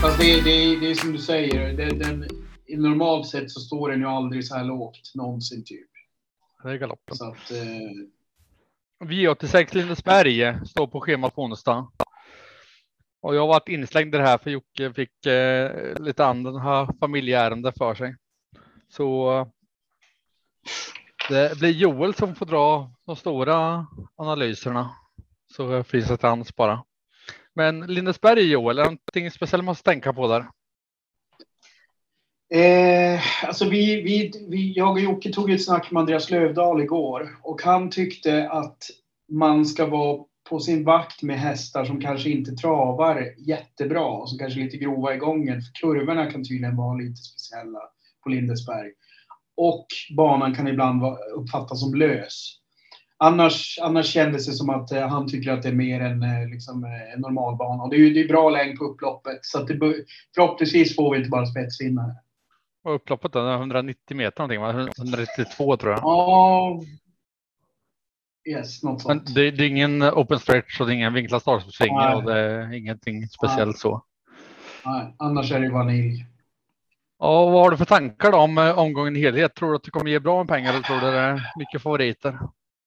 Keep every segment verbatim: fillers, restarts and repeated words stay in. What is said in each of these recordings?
Fast det, det, det är som du säger, det, den, i normalt sett så står den ju aldrig så här lågt någonsin typ. Det är galoppen. Så att, eh... V åttiosex Lindesberg står på schemat på onsdag. Och jag har varit inslängd i det här för Jocke fick eh, lite andra familjeärende för sig. Så det blir Joel som får dra de stora analyserna. Så finns det chans bara. Men Lindesberg, Joel, är det någonting speciellt man måste tänka på där? Eh, alltså vi, vi, vi, jag och Jocke tog ett snack med Andreas Lövdahl igår. Och han tyckte att man ska vara på sin vakt med hästar som kanske inte travar jättebra. Och som kanske är lite grova i gången. För kurvorna kan tydligen vara lite speciella på Lindesberg. Och banan kan ibland vara, uppfattas som lös. Annars, annars kändes det som att eh, han tycker att det är mer en, eh, liksom, eh, en normal bana. Och det är ju det är bra längd på upploppet. Så att det, förhoppningsvis får vi inte bara spetsvinnare. Och upploppet då, hundranittio meter någonting, va? hundranittiotvå tror jag. Ja, yes, något sånt. Men det, det är ingen open stretch och det är ingen vinklad startsving och det är ingenting speciellt. Nej. Så. Nej, annars är det vanilj. Ja, vad har du för tankar då om omgången i helhet? Tror du att du kommer ge bra med pengar eller tror du det är mycket favoriter?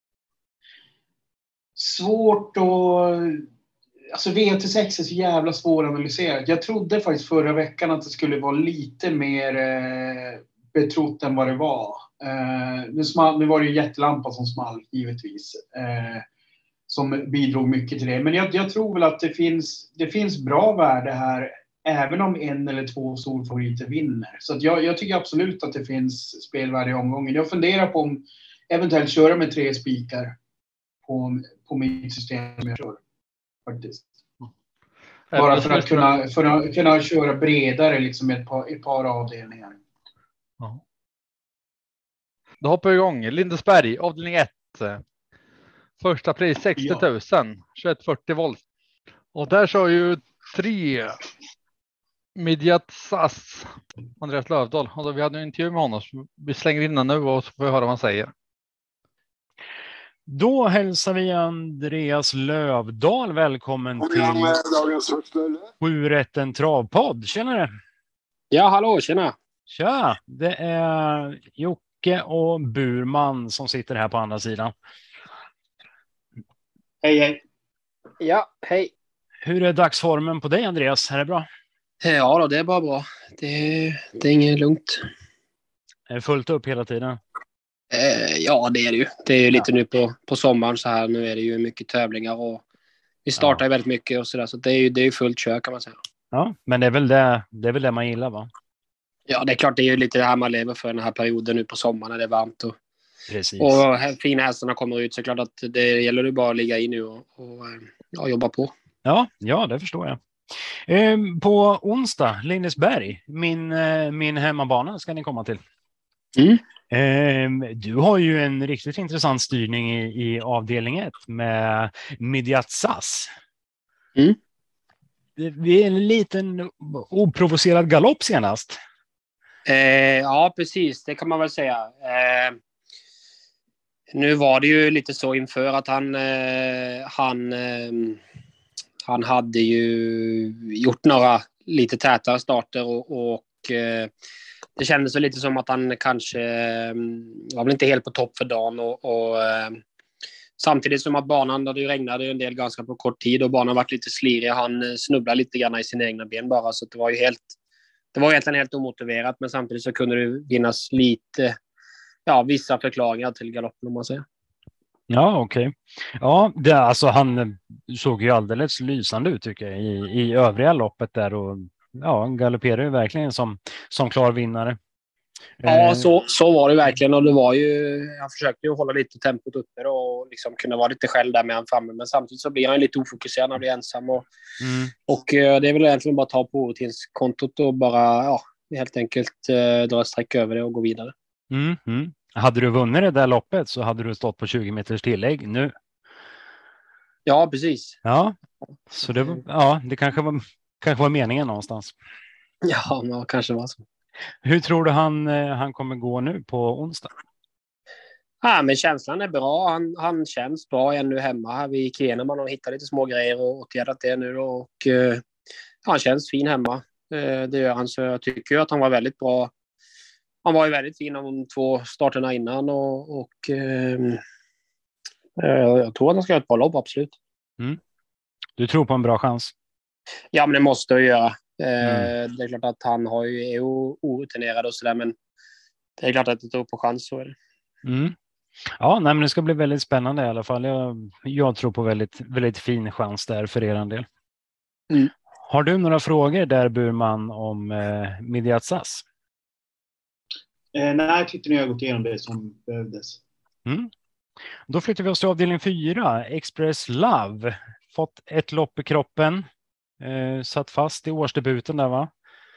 Svårt att... Alltså V åttiosex är så jävla svåranalyserat. Jag trodde faktiskt förra veckan att det skulle vara lite mer eh, betrott än vad det var. Eh, nu, small, nu var det ju jättelampa som small, givetvis. Eh, som bidrog mycket till det. Men jag, jag tror väl att det finns, det finns bra värde här. Även om en eller två storfavoriter vinner. Så att jag, jag tycker absolut att det finns spelvärde i omgången. Jag funderar på om eventuellt köra med tre spikar på, på mitt system som jag kör. Faktiskt. Mm. Bara för att kunna, för att kunna köra bredare liksom ett par, ett par avdelningar. Ja. Då hoppar vi igång. Lindesberg, avdelning ett. Första pris sextio tusen. tjugoett fyrtio volt. Och där kör ju tre Midjatsas Andreas Lövdahl. Och då vi hade en intervju med honom. Vi slänger in den nu och så får vi höra vad han säger. Då hälsar vi Andreas Lövdahl välkommen till sju rätten travpodd. Tjenare! Ja, hallå, tjena! Tja! Det är Jocke och Burman som sitter här på andra sidan. Hej, hej! Ja, hej! Hur är dagsformen på dig, Andreas? Är det bra? Ja, då, det är bara bra. Det, det är inget lugnt. Är det fullt upp hela tiden? Eh, ja, det är det ju. Det är ju lite ja. nu på, på sommaren så här. Nu är det ju mycket tävlingar och vi startar ja. väldigt mycket och sådär. Så det är ju det är fullt kök kan man säga. Ja, men det är väl det, det är väl det man gillar, va? Ja, det är klart. Det är ju lite det här man lever för den här perioden nu på sommaren när det är varmt. Och, Precis. och fina hästarna kommer ut. Så klart att det gäller ju bara att ligga in nu och, och ja, jobba på. Ja, ja, det förstår jag. Eh, på onsdag, Lindesberg, min, eh, min hemmabana ska ni komma till. Mm. Eh, du har ju en riktigt intressant styrning i, i avdelning ett med Midjatsas. Mm. Det är en liten oprovocerad galopp senast. Eh, ja, precis. Det kan man väl säga. Eh, nu var det ju lite så inför att han... Eh, han eh, Han hade ju gjort några lite tätare starter och, och eh, det kändes så lite som att han kanske eh, var väl inte helt på topp för dagen. Och, och eh, samtidigt som att banan, där det regnade en del ganska på kort tid och banan varit lite slirig. Han snubblade lite grann i sina egna ben bara, så det var ju helt, det var egentligen helt omotiverat, men samtidigt så kunde det vinnas lite, ja, vissa förklaringar till galoppen om man säger. Ja, okej. Okay. Ja, det, alltså han såg ju alldeles lysande ut tycker jag i, i övriga loppet där och ja, han galopperade ju verkligen som, som klar vinnare. Ja, så, så var det verkligen och det var ju, han försökte ju hålla lite tempot uppe och liksom kunna vara lite själv där med han framme, men samtidigt så blir han lite ofokuserad när han blir ensam och, mm. och det är väl egentligen bara att ta på kontot och bara ja, helt enkelt eh, dra ett streck över det och gå vidare. Mm, mm. Hade du vunnit det där loppet så hade du stått på tjugo meters tillägg nu. Ja, precis. Ja, så det, ja, det kanske var, kanske var meningen någonstans. Ja, men kanske var så. Hur tror du han, han kommer gå nu på onsdag? Ja, men känslan är bra. Han, han känns bra ännu hemma här vid Keneman och hittar lite små grejer och åtgärdat det nu. Och, ja, han känns fin hemma. Det gör han, så jag tycker ju att han var väldigt bra. Han var ju väldigt fin de två starterna innan och, och eh, jag tror att han ska göra ett bra lopp, absolut. Mm. Du tror på en bra chans? Ja, men det måste jag göra. Mm. Det är klart att han har ju, är orutinerad och sådär, men det är klart att jag tror på chans, så är det. Mm. Ja, nej, men det ska bli väldigt spännande i alla fall. Jag, jag tror på väldigt, väldigt fin chans där för er del. Mm. Har du några frågor där, Burman, om eh, Midiatsas? Eh, nej, jag tyckte ni har gått igenom det som behövdes. Mm. Då flyttar vi oss till avdelning fyra. Express Love. Fått ett lopp i kroppen. Eh, satt fast i årsdebuten där, va?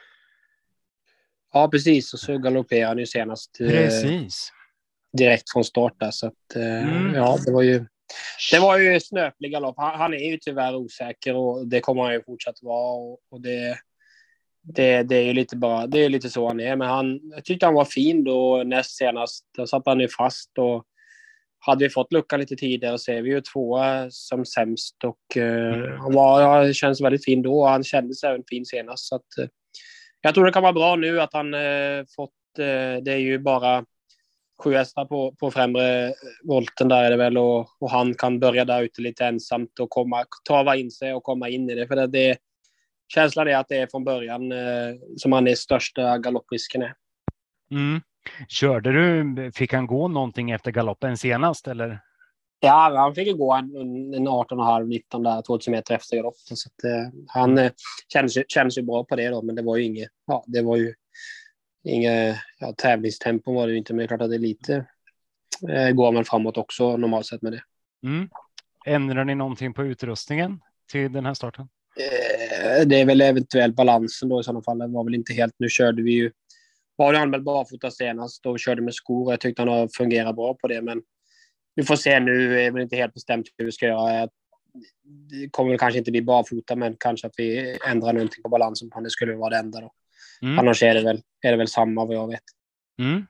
Ja, precis. Och så galopperade han ju senast. Precis. Eh, direkt från start där. Så att, eh, Mm. ja, det var ju... Det var ju snöplig galopp. Han, han är ju tyvärr osäker och det kommer han ju fortsatt vara. Och, och det, det, det är ju lite bara, det är lite så han är. Men han, jag tyckte han var fin då näst senast. Då satt han ju fast och hade vi fått lucka lite tidigare så är vi ju två som sämst. Och uh, han var, ja, känns väldigt fin då och han kändes även fin senast. Så att, uh, jag tror det kan vara bra nu att han uh, fått, uh, det är ju bara sju hästar på, på främre volten där är det väl och, och han kan börja där ute lite ensamt och komma, trava in sig och komma in i det. För det, det känslan är att det är från början eh, som han är största galopprisken är. Mm. Körde du, fick han gå någonting efter galoppen senast eller? Ja, han fick ju gå en, en arton komma fem nitton där, tvåtusen meter efter galoppen. Så att, eh, han eh, kändes, kändes ju bra på det då, men det var ju inget, ja det var ju inget, ja tävlingstempo var det ju inte, men det är klart att det är lite eh, går man framåt också normalt sett med det. Mm. Ändrar ni någonting på utrustningen till den här starten? Eh, det är väl eventuellt balansen då i sådana fall. Det var väl inte helt, nu körde vi ju var det han väl barfota senast och körde med skor. Jag tyckte han har fungerat bra på det, men vi får se nu. Är väl inte helt bestämt hur vi ska göra. Det kommer väl kanske inte bli barfota, men kanske att vi ändrar någonting på balansen på han. Det skulle vara det enda då. Mm. Annars är det, väl, är det väl samma vad jag vet. Mm.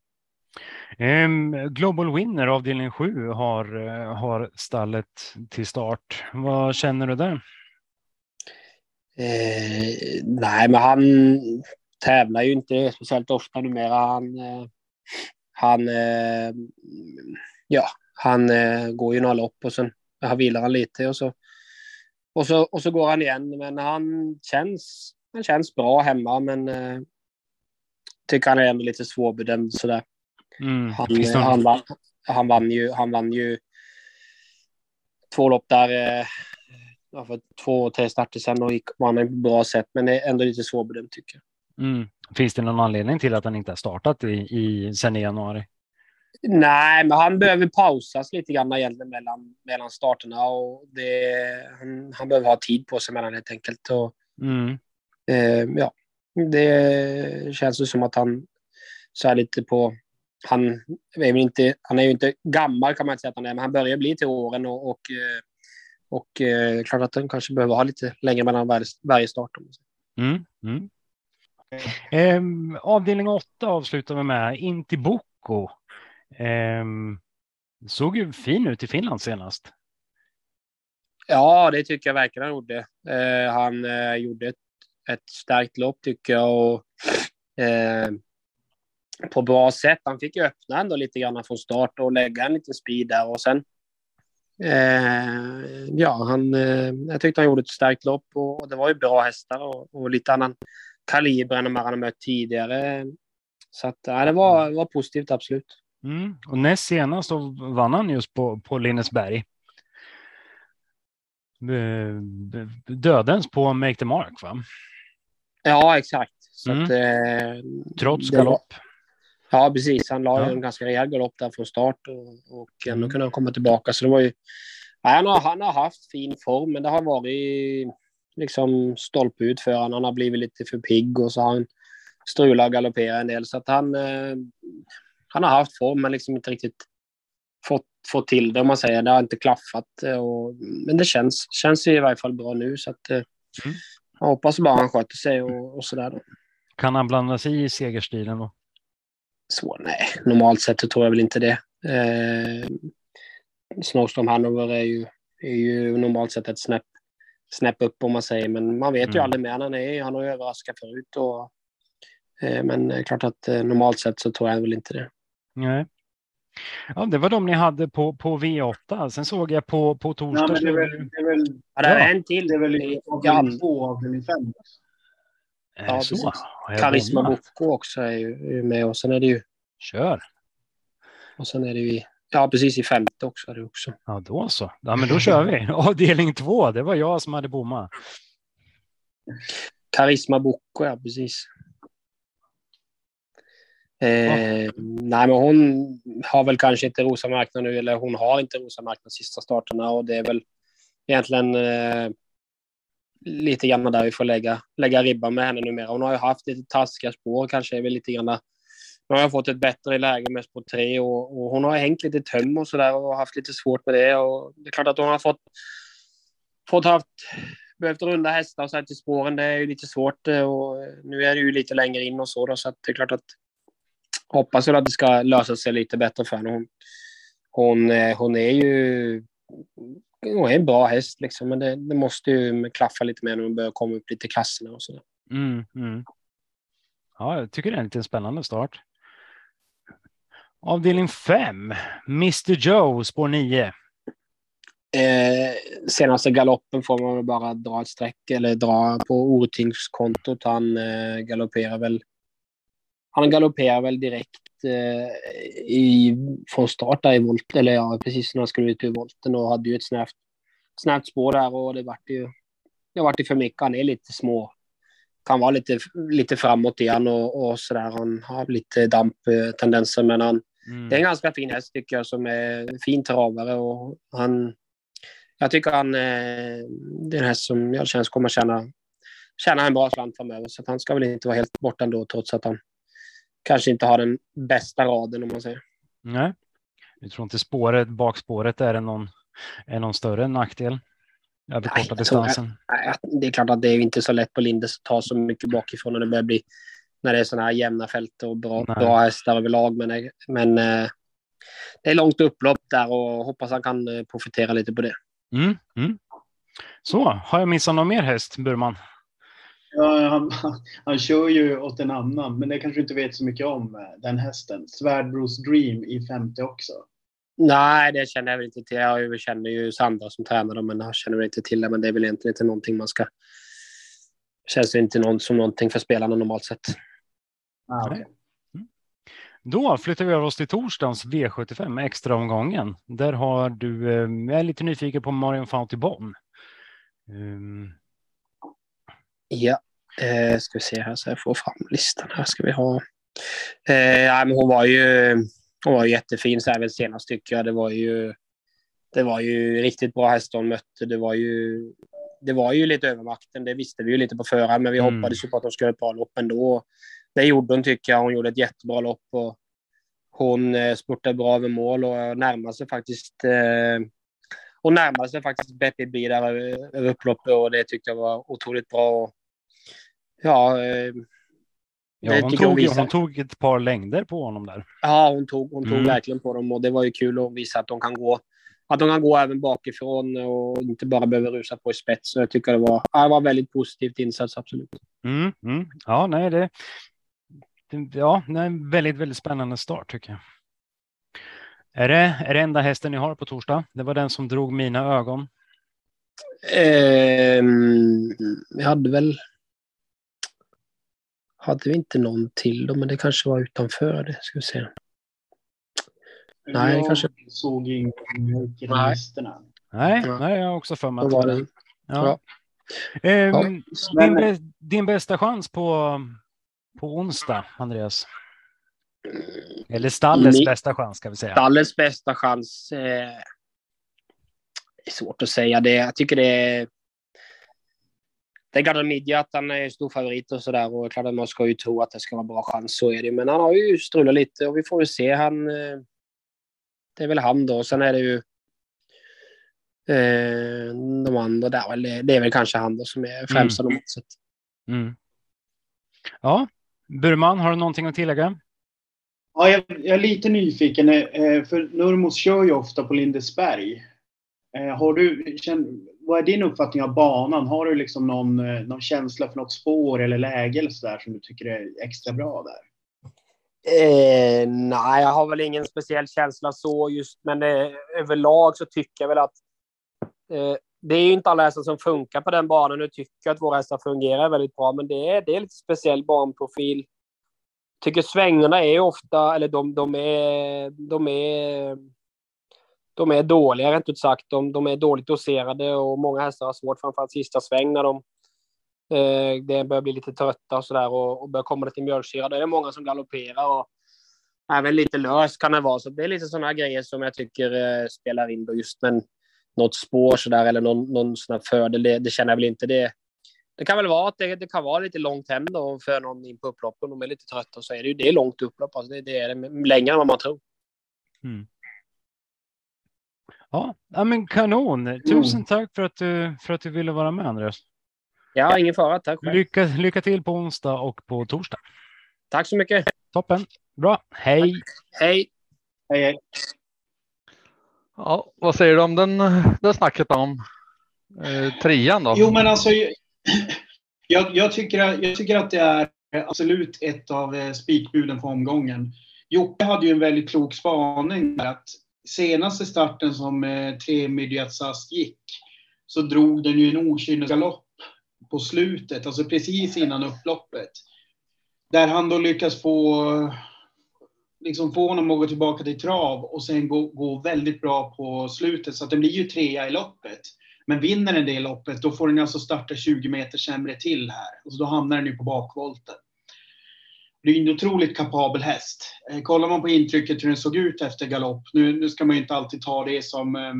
Um, Global Winner avdelning sju har, har stallet till start. Vad känner du där? Eh, nej, men han tävlar ju inte speciellt ofta numera. Han, eh, han, eh, ja, han eh, går ju några lopp och sen han vilar han lite och så, och så, och så går han igen. Men han känns, han känns bra hemma, men eh, tycker han är ändå lite svårbedömd sådär. Mm. Han, han, vann, han, vann ju, han vann ju två lopp där eh, ja, för två, tre starter sen och gick vann på bra sätt, men det är ändå lite svårbedömt tycker jag. Mm. Finns det någon anledning till att han inte har startat i, i, sen i januari? Nej, men han behöver pausas lite grann egentligen mellan, mellan starterna och det, han, han behöver ha tid på sig mellan helt enkelt. Och, mm. eh, ja, det känns ju som att han så är lite på han är, inte, han är ju inte gammal kan man inte säga att han är, men han börjar bli till åren och, och, och eh, klart att han kanske behöver ha lite längre mellan varje, varje start. Mm. Mm. Eh, avdelning åtta avslutar vi med Intiboko. Eh, såg ju fin ut i Finland senast. Ja, det tycker jag verkligen han gjorde. Eh, han eh, gjorde ett, ett starkt lopp tycker jag och eh, på bra sätt. Han fick ju öppna ändå lite grann från start och lägga en liten speed där och sen eh, ja, han eh, jag tyckte han gjorde ett starkt lopp och, och det var ju bra hästar och, och lite annan kaliber än de han har mött tidigare. Så att ja, det var, det var positivt absolut. Mm. Och näst senast så vann han just på, på Lindesberg. Dödens på Make the Mark, va? Ja, exakt. Så mm. att, eh, trots galopp. Ja, precis. Han la ja. ju en ganska rejäl galopp där från start och, och ändå mm. kunde han komma tillbaka. Så det var ju, nej, han, har, han har haft fin form, men det har varit liksom stolpe ut för han. Han har blivit lite för pigg och så har han strulat och galopperat en del. Så att han, eh, han har haft form, men liksom inte riktigt fått, fått till det om man säger. Det har inte klaffat. Och, men det känns, känns i varje fall bra nu. Så att, eh, mm. jag hoppas bara han sköter sig och, och sådär. Då. Kan han blanda sig i segerstilen då? Så nej, normalt sett tror jag väl inte det. Eh, Snowstorm Hanover är ju, är ju normalt sett ett snäpp snäpp upp om man säger. Men man vet Mm. ju aldrig med han är. Han har ju överraskat förut. Och, eh, men det är klart att eh, normalt sett så tror jag väl inte det. Nej. Ja, det var de ni hade på, på V åtta. Sen såg jag på, på torsdag. Ja, men det är slog väl, du- det är väl, Ja, det är Ja. en till. det är väl Det är avdelning Jan. två och avdelning fem. Är Ja, det så? precis. Har jag Karisma bommat? Boko också är ju, är ju med. Och sen är det ju, Kör. och sen är det ju, ja precis i femte också är det också. Ja, då så. Ja, men då kör vi. Avdelning två, det var jag som hade bommat. Karisma Boko, ja precis. Eh, nej, men hon har väl kanske inte rosa-marknad nu, eller hon har inte rosa-marknad sista starterna, och det är väl egentligen eh, lite grann där vi får lägga, lägga ribban med henne numera. Hon har ju haft lite taskiga spår, kanske är väl lite grann. Nu har jag fått ett bättre läge med spår tre, och, och hon har hängt lite töm och sådär och haft lite svårt med det, och det är klart att hon har fått fått haft behövt runda hästar och så här till spåren. Det är ju lite svårt, och nu är det ju lite längre in och så då, så att det är klart att hoppas jag att det ska lösa sig lite bättre för henne. Hon, hon, hon är ju hon är en bra häst liksom, men det, det måste ju klaffa lite mer när hon börjar komma upp lite i klasserna och sådär. Mm, mm. Ja, jag tycker det är en lite spännande start. Avdelning fem, mister Joe, spår nio. Eh, senaste galoppen får man väl bara dra ett streck eller dra på otingskontot. Han eh, galopperar väl han galopperar väl direkt eh, i, från start där i volt, eller ja, precis när han skulle ut ur volten, och hade ju ett snävt, snävt spår där, och det vart ju det vart ju för mycket. Han är lite små, kan vara lite, lite framåt igen och, och sådär. Han har lite damptendenser, men han Mm. det är en ganska fin häst tycker jag, som är en fin travare, och han jag tycker han eh, det är en häst som jag känns kommer tjäna tjäna en bra slant framöver, så att han ska väl inte vara helt borta ändå, trots att han kanske inte har den bästa raden om man säger. Nej, jag tror inte spåret, bakspåret är någon, är någon större nackdel över Nej, korta jag tror distansen. Nej, det är klart att det är inte så lätt på Lindes att ta så mycket bakifrån när det börjar bli när det är sådana här jämna fält och bra, bra hästar överlag, men, men eh, det är långt upplopp där, och hoppas han kan eh, profitera lite på det. Mm, mm. Så, har jag missat någon mer häst, Burman? Ja, han, han, han kör ju åt en annan, men det kanske du inte vet så mycket om, den hästen. Svärdbros Dream i femte också. Nej, det känner jag väl inte till. Jag känner ju Sandra som tränar dem, men jag känner väl inte till det. Men det är väl egentligen inte någonting man ska... Känns det inte någon, som någonting för spelarna normalt sett. Ah, okay. Mm. Då flyttar vi över oss till torsdagens V sjuttiofem, extra omgången. Där har du, jag är lite nyfiken på Marion Fontibon. Um. Ja, eh, ska vi se här så jag får fram listan. Här ska vi ha... Eh, ja, men hon var ju hon var jättefin så här väl senast tycker jag. Det var ju det var ju riktigt bra hästar hon mötte. Det var ju det var ju lite övermakten. Det visste vi ju lite på förhand, men vi mm. hoppades ju på att hon skulle ha ett bra lopp ändå. Det gjorde hon tycker jag. Hon gjorde ett jättebra lopp, och hon eh, spurtade bra över mål och närmade sig faktiskt eh, hon närmade sig faktiskt Betty B där över, över upploppet, och det tyckte jag var otroligt bra. Och, ja, eh, ja hon, tog, hon tog ett par längder på honom där. Ja, hon tog, hon tog mm. verkligen på dem, och det var ju kul att visa att de kan gå att de kan gå även bakifrån och inte bara behöver rusa på i spets. Så jag tycker det var, ja, det var väldigt positivt insats, absolut. Mm, mm. Ja, nej, det, det ja, det är en väldigt, väldigt spännande start tycker jag. Är det, är det enda hästen ni har på torsdag? Det var den som drog mina ögon. Eh, vi hade väl hade vi inte någon till då, men det kanske var utanför det, ska vi se. Nej, jag kanske såg ingen i listorna. Nej, ja. nej, jag har också för mig att var det. Ja. Ja. Ehm, ja. din, bä, din bästa chans på, på onsdag, Andreas? Eller stallets Ni, bästa chans, ska vi säga. Stallets bästa chans eh, är svårt att säga. Det, jag tycker det är det är klart att Midja, han är stor favorit och sådär, och klart att man ska ju tro att det ska vara bra chans, så är det. Men han har ju strulat lite, och vi får ju se. Han, det är väl han då. Sen är det ju eh, de andra där. Det är väl kanske han då som är främsta mm. normalt sett. Mm. Ja, Burman, har du någonting att tillägga? Ja, jag, jag är lite nyfiken, för Nurmos kör ju ofta på Lindesberg. Har du, vad är din uppfattning av banan? Har du liksom någon, någon känsla för något spår eller läge eller så där som du tycker är extra bra där? Eh, nej, jag har väl ingen speciell känsla så just, men eh, överlag så tycker jag väl att eh, det är ju inte alla hästar som funkar på den banan. Nu tycker jag att våra hästar fungerar väldigt bra, men det är, det är lite speciell banprofil. Tycker svängarna är ofta, eller de, de är de är de är dåliga rent ut sagt. De, de är dåligt doserade och många hästar har svårt, framförallt sista sväng när de eh, det börjar bli lite trötta och sådär och, och börjar komma lite mjölksyra. Då är det många som galopperar och även lite lös kan det vara. Så det är lite sådana grejer som jag tycker eh, spelar in då just, men något spår sådär eller någon, någon sån här fördel, det, det känner jag väl inte. Det, det kan väl vara att det, det kan vara lite långt hem då för någon in på upploppen. De är lite trötta och så är det ju det är långt upplopp. Alltså det, det är det längre än vad man tror. Mm. Ja, ja, men kanon. Tusen mm. tack för att, du, för att du ville vara med, Andreas. Ja, ingen fara. Tack själv. Lycka, lycka till på onsdag och på torsdag. Tack så mycket. Toppen. Bra. Hej. Tack. Hej. Hej, hej. Ja, vad säger du om den, det snacket om eh, trean då? Jo, men alltså jag, jag, tycker, jag tycker att det är absolut ett av eh, spikbuden på omgången. Jocke hade ju en väldigt klok spaning att senaste starten som eh, tre Midjatsast gick så drog den ju en okynnesgalopp på slutet, alltså precis innan upploppet. Där han då lyckas få liksom få honom att gå tillbaka till trav och sen gå, gå väldigt bra på slutet. Så att den blir ju trea i loppet. Men vinner den det loppet, då får den alltså starta tjugo meter sämre till här. Och så då hamnar den ju på bakvolten. Det är en otroligt kapabel häst. Eh, kollar man på intrycket hur den såg ut efter galopp. Nu, nu ska man ju inte alltid ta det som, eh,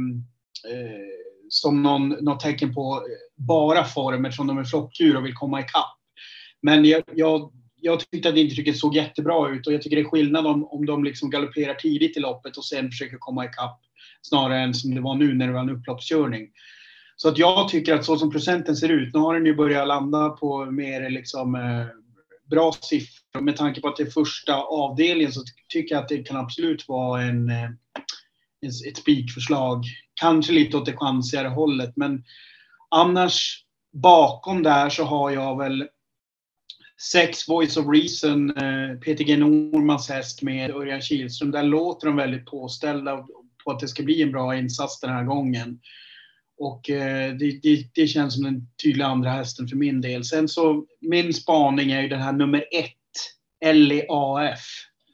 som någon, något tecken på bara form eftersom de är flockdjur och vill komma ikapp. Men jag... jag Jag tyckte att intrycket såg jättebra ut och jag tycker det är skillnad om, om de liksom galopperar tidigt i loppet och sen försöker komma ikapp snarare än som det var nu när det var en upploppskörning. Så att jag tycker att så som procenten ser ut, nu har den ju börjat landa på mer liksom, eh, bra siffror. Med tanke på att det är första avdelningen så tycker jag att det kan absolut vara en, eh, ett spikförslag. Kanske lite åt det chansigare hållet, men annars bakom där så har jag väl sex Voice of Reason, eh, Peter G. Normans häst med Örjan Kihlström. Där låter de väldigt påställda på att det ska bli en bra insats den här gången. Och eh, det, det, det känns som den tydliga andra hästen för min del. Sen så, min spaning är ju den här nummer ett, L E A F.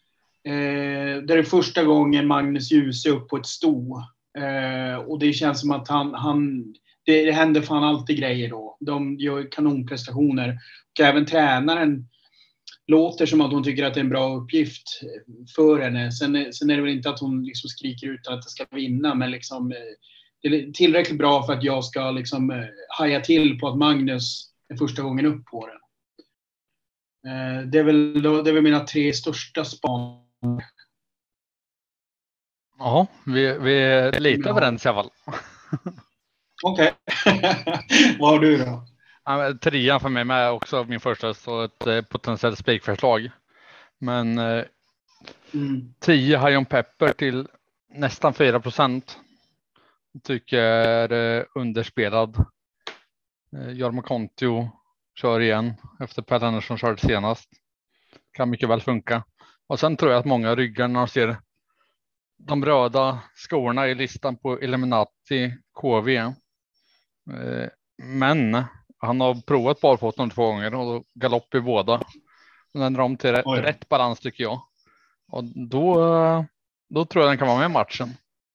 Eh, det är första gången Magnus Djuse upp på ett sto. Eh, och det känns som att han... han Det, det händer fan alltid grejer då. De gör kanonprestationer. Och även tränaren låter som att hon tycker att det är en bra uppgift för henne. Sen, sen är det väl inte att hon liksom skriker ut att det ska vinna. Men liksom, det är tillräckligt bra för att jag ska liksom haja till på att Magnus är första gången upp på den. Det är väl, det är väl mina tre största span. Ja, vi, vi är lite överens i alla fall. Okej. Okay. Vad har du då? Ja, trean för mig med också min första, så ett eh, potentiellt spikförslag. Men eh, mm. tio High on Pepper till nästan fyra procent tycker jag är eh, underspelad. Eh, Jorma Kontio kör igen efter Per Andersson körde senast. Kan mycket väl funka. Och sen tror jag att många ryggar när de ser de röda skorna i listan på Illuminati K V. Eh, men han har provat barfoten två gånger och galopp i båda. Den ändrar om till rätt, rätt balans tycker jag. Och då, då tror jag den kan vara med i matchen.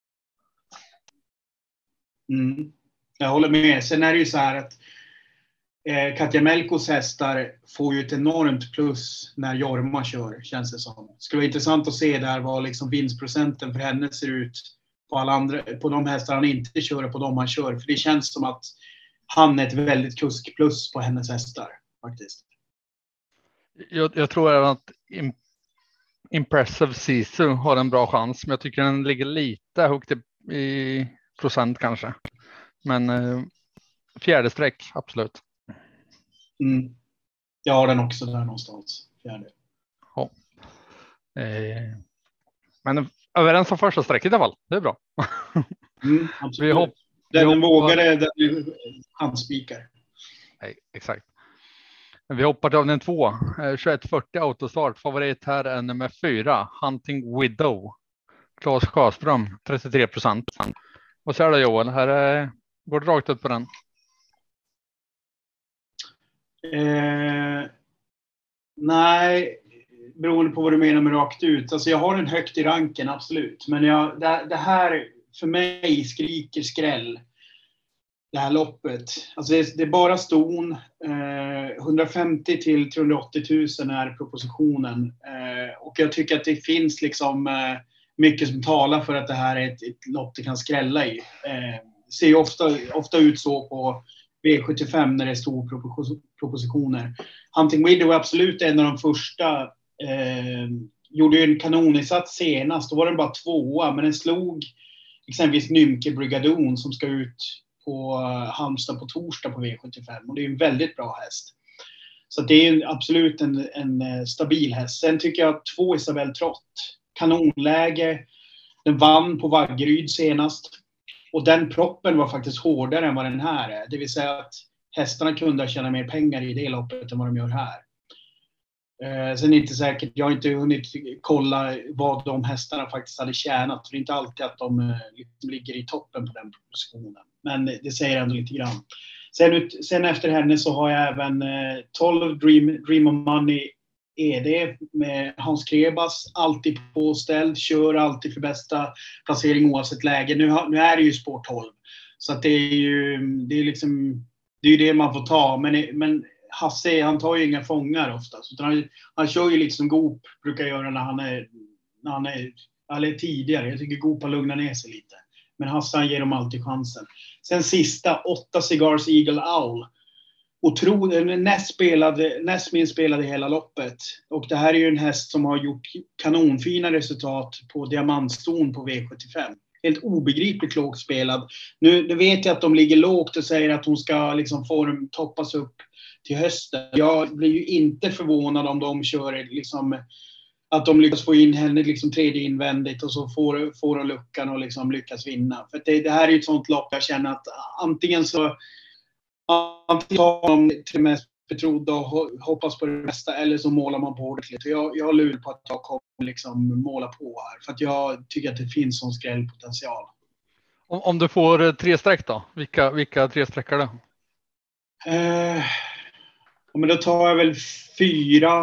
Mm. Jag håller med. Sen är det ju så här att eh, Katja Melkos hästar får ju ett enormt plus när Jorma kör, känns det som. Det skulle vara intressant att se där vad liksom vinstprocenten för henne ser ut på alla andra, på de hästar han inte kör och på de han kör. För det känns som att han är ett väldigt kuskplus på hennes hästar faktiskt. Jag, jag tror även att Impressive Sisu har en bra chans, men jag tycker den ligger lite högt i, i procent kanske. Men eh, fjärde streck, absolut. Mm. Jag har den också där någonstans. Fjärde. Ja. Eh, men överens om första strecket i alla fall. Det är bra. Mm, vi, hopp, Den hoppar... vågade, den handspikar. Nej, exakt. Vi hoppar till avdelning två. tjugoett fyrtio autostart. Favorit här är nummer fyra. Hunting Widow. Claes Sjöström, trettiotre procent. Vad säger du Joel? Här är... går det rakt ut på den? Eh, nej, beroende på vad du menar med rakt ut. Alltså jag har den högt i ranken, absolut. Men jag, det, det här för mig skriker skräll. Det här loppet. Alltså det, är, det är bara ston. Eh, hundrafemtio till trehundraåttio tusen är propositionen. Eh, och jag tycker att det finns liksom eh, mycket som talar för att det här är ett, ett lopp det kan skrälla i. Eh, ser ju ofta, ofta ut så på V sjuttiofem när det är stor propositioner. Hunting Widow är absolut en av de första. Eh, gjorde ju en kanoninsats senast. Då var den bara tvåa. Men den slog exempelvis Nymke Brigadon som ska ut på Halmstad på torsdag på V sjuttiofem. Och det är en väldigt bra häst. Så det är absolut en, en stabil häst. Sen tycker jag att två Isabel Trott. Kanonläge. Den vann på Vaggeryd senast. Och den proppen var faktiskt hårdare än vad den här är. Det vill säga att hästarna kunde tjäna mer pengar i det loppet än vad de gör här. Eh, sen är det inte säkert, jag har inte hunnit kolla vad de hästarna faktiskt hade tjänat. För det är inte alltid att de eh, liksom ligger i toppen på den propositionen. Men det säger ändå lite grann. Sen, ut, sen efter henne så har jag även eh, tolv Dream, Dream of Money E D med Hans Krebas. Alltid påställd, kör alltid för bästa placering oavsett läge. Nu, nu är det ju sport tolv. Så att det är ju det är liksom, det är ju det man får ta. Men, men Hasse, han tar ju inga fångar oftast. Han, han kör ju liksom Goop, brukar göra när han är, när han är eller tidigare. Jag tycker Goop har lugnat ner sig lite. Men Hasse, han ger dem alltid chansen. Sen sista, åtta Cigars Eagle Owl. Otroligt, Ness spelade, Nessmin spelade hela loppet. Och det här är ju en häst som har gjort kanonfina resultat på diamantston på V sjuttiofem. Helt obegripligt lågt spelad. Nu, nu vet jag att de ligger lågt och säger att hon ska liksom få dem toppas upp till hösten. Jag blir ju inte förvånad om de kör liksom, att de lyckas få in henne liksom tredje invändigt och så får, får de luckan och liksom lyckas vinna. För det, det här är ju ett sånt lopp jag känner att antingen så antingen tar de till det mest betrodda och hoppas på det bästa eller så målar man på ordentligt. Jag, jag har lur på att jag kommer liksom måla på här för att jag tycker att det finns sån skrällpotential. Om, om du får tre streck då? Vilka, vilka tre streckar då? Eh, men då tar jag väl fyra.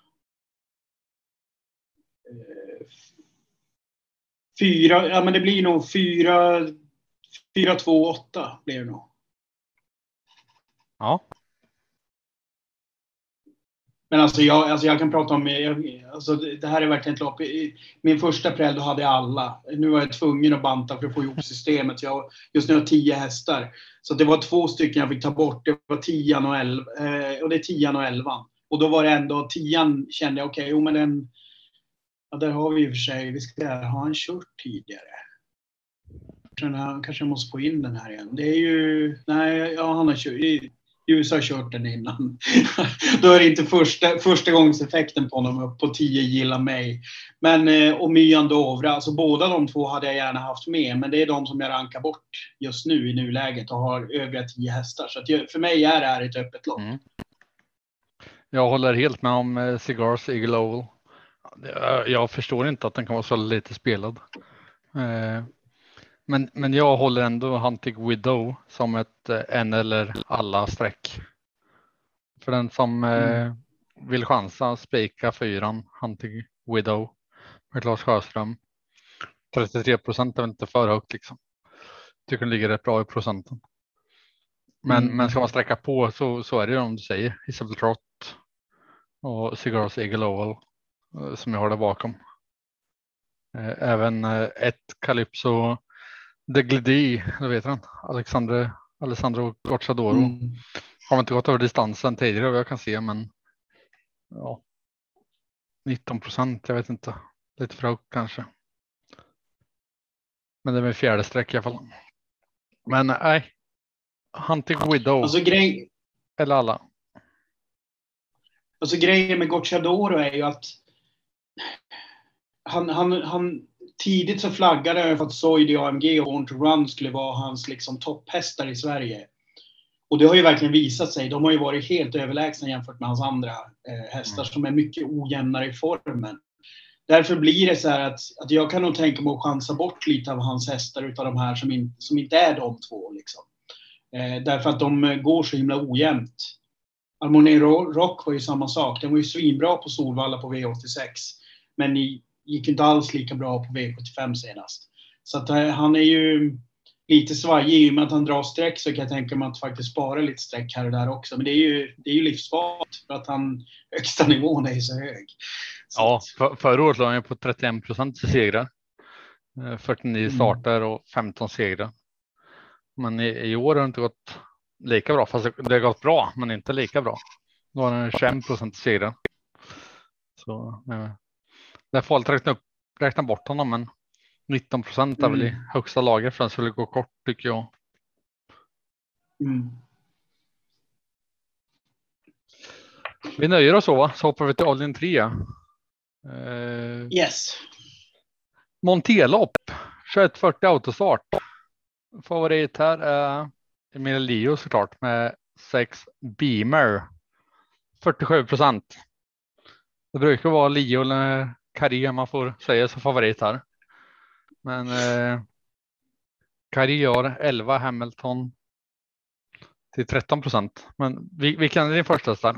Eh, fyra, ja men det blir nog fyra, fyra, två, åtta blir det nog. Ja. Men alltså jag, alltså jag kan prata om, jag, alltså det här är verkligen ett lopp. Min första präll då hade jag alla. Nu var jag tvungen att banta för att få ihop systemet. Jag, just nu har jag tio hästar. Så det var två stycken jag fick ta bort. Det var tian och elvan. Eh, och det är tian och elvan. Och då var det ändå, tian kände jag, okej, okay, jo men den, ja där har vi i och för sig, vi ska, har han kört tidigare? Kanske jag måste få in den här igen. Det är ju, nej, ja han har kört. U S A har kört den innan. Då är det inte första, första gångseffekten på honom på tio gillar mig. Men eh, och Myan Dovra, alltså båda de två hade jag gärna haft med. Men det är de som jag rankar bort just nu i nuläget och har övriga tio hästar. Så att jag, för mig är det här ett öppet lopp. Mm. Jag håller helt med om eh, Cigars Eagle Owl. Jag, jag förstår inte att den kan vara så lite spelad. Eh, Men, men jag håller ändå Hunting Widow som ett en eller alla streck. För den som mm. eh, vill chansa spika fyran Hunting Widow med Claes Sjöström. trettiotre procent är inte för högt liksom. Tycker den ligger rätt bra i procenten. Men, mm. men ska man sträcka på så, så är det ju om du säger Isabel Trott och Cigars Eagle Owl eh, som jag har där bakom. Eh, även eh, ett Calypso De Glidi, det vet han. Alexandre, Alessandro Gocciadoro. Mm. Har inte gått över distansen tidigare vad jag kan se, men ja, nitton procent, jag vet inte. Lite för högt kanske. Men det är med fjärde streck i alla fall. Men nej, Hunting Widow. Alltså grej... Eller alla. Alltså grejen med Gocciadoro är ju att han, han, han tidigt så flaggade jag för att Soidi A M G och Born to Run skulle vara hans liksom topphästar i Sverige. Och det har ju verkligen visat sig. De har ju varit helt överlägsna jämfört med hans andra eh, hästar som är mycket ojämnare i formen. Därför blir det så här att, att jag kan nog tänka mig att chansa bort lite av hans hästar utav de här som, in, som inte är de två. Liksom. Eh, därför att de går så himla ojämnt. Harmony Rock var ju samma sak. Den var ju svinbra på Solvalla på V åttiosex. Men gick inte alls lika bra på V sjuttiofem senast. Så att eh, han är ju lite svajig. I och med att han drar streck så kan jag tänka mig att faktiskt spara lite streck här och där också. Men det är ju, det är ju livsfarligt för att han högsta nivån är så hög. Så ja, att, för, förra året låg han på trettioen procent segrar. fyrtionio Mm. starter och femton segrar. Men i, i år har det inte gått lika bra. Fast det har gått bra, men inte lika bra. Då har han tjugoen procent segrar. Så eh, det får allt räkna, upp, räkna bort honom, men nitton procent är väl i Mm. högsta lager för att skulle gå kort, tycker jag. mm. Vi nöjer oss så, va? Så hoppar vi till All in tre. Eh, Yes. Montelopp, tjugoett fyrtio autostart. Favorit här är Emilia Leo såklart med sex Beamer. fyrtiosju procent. Det brukar vara Leo eller Carré man får säga som favorit här. Men eh, Carré har elva, Hamilton till tretton procent. Men vilken är din första start?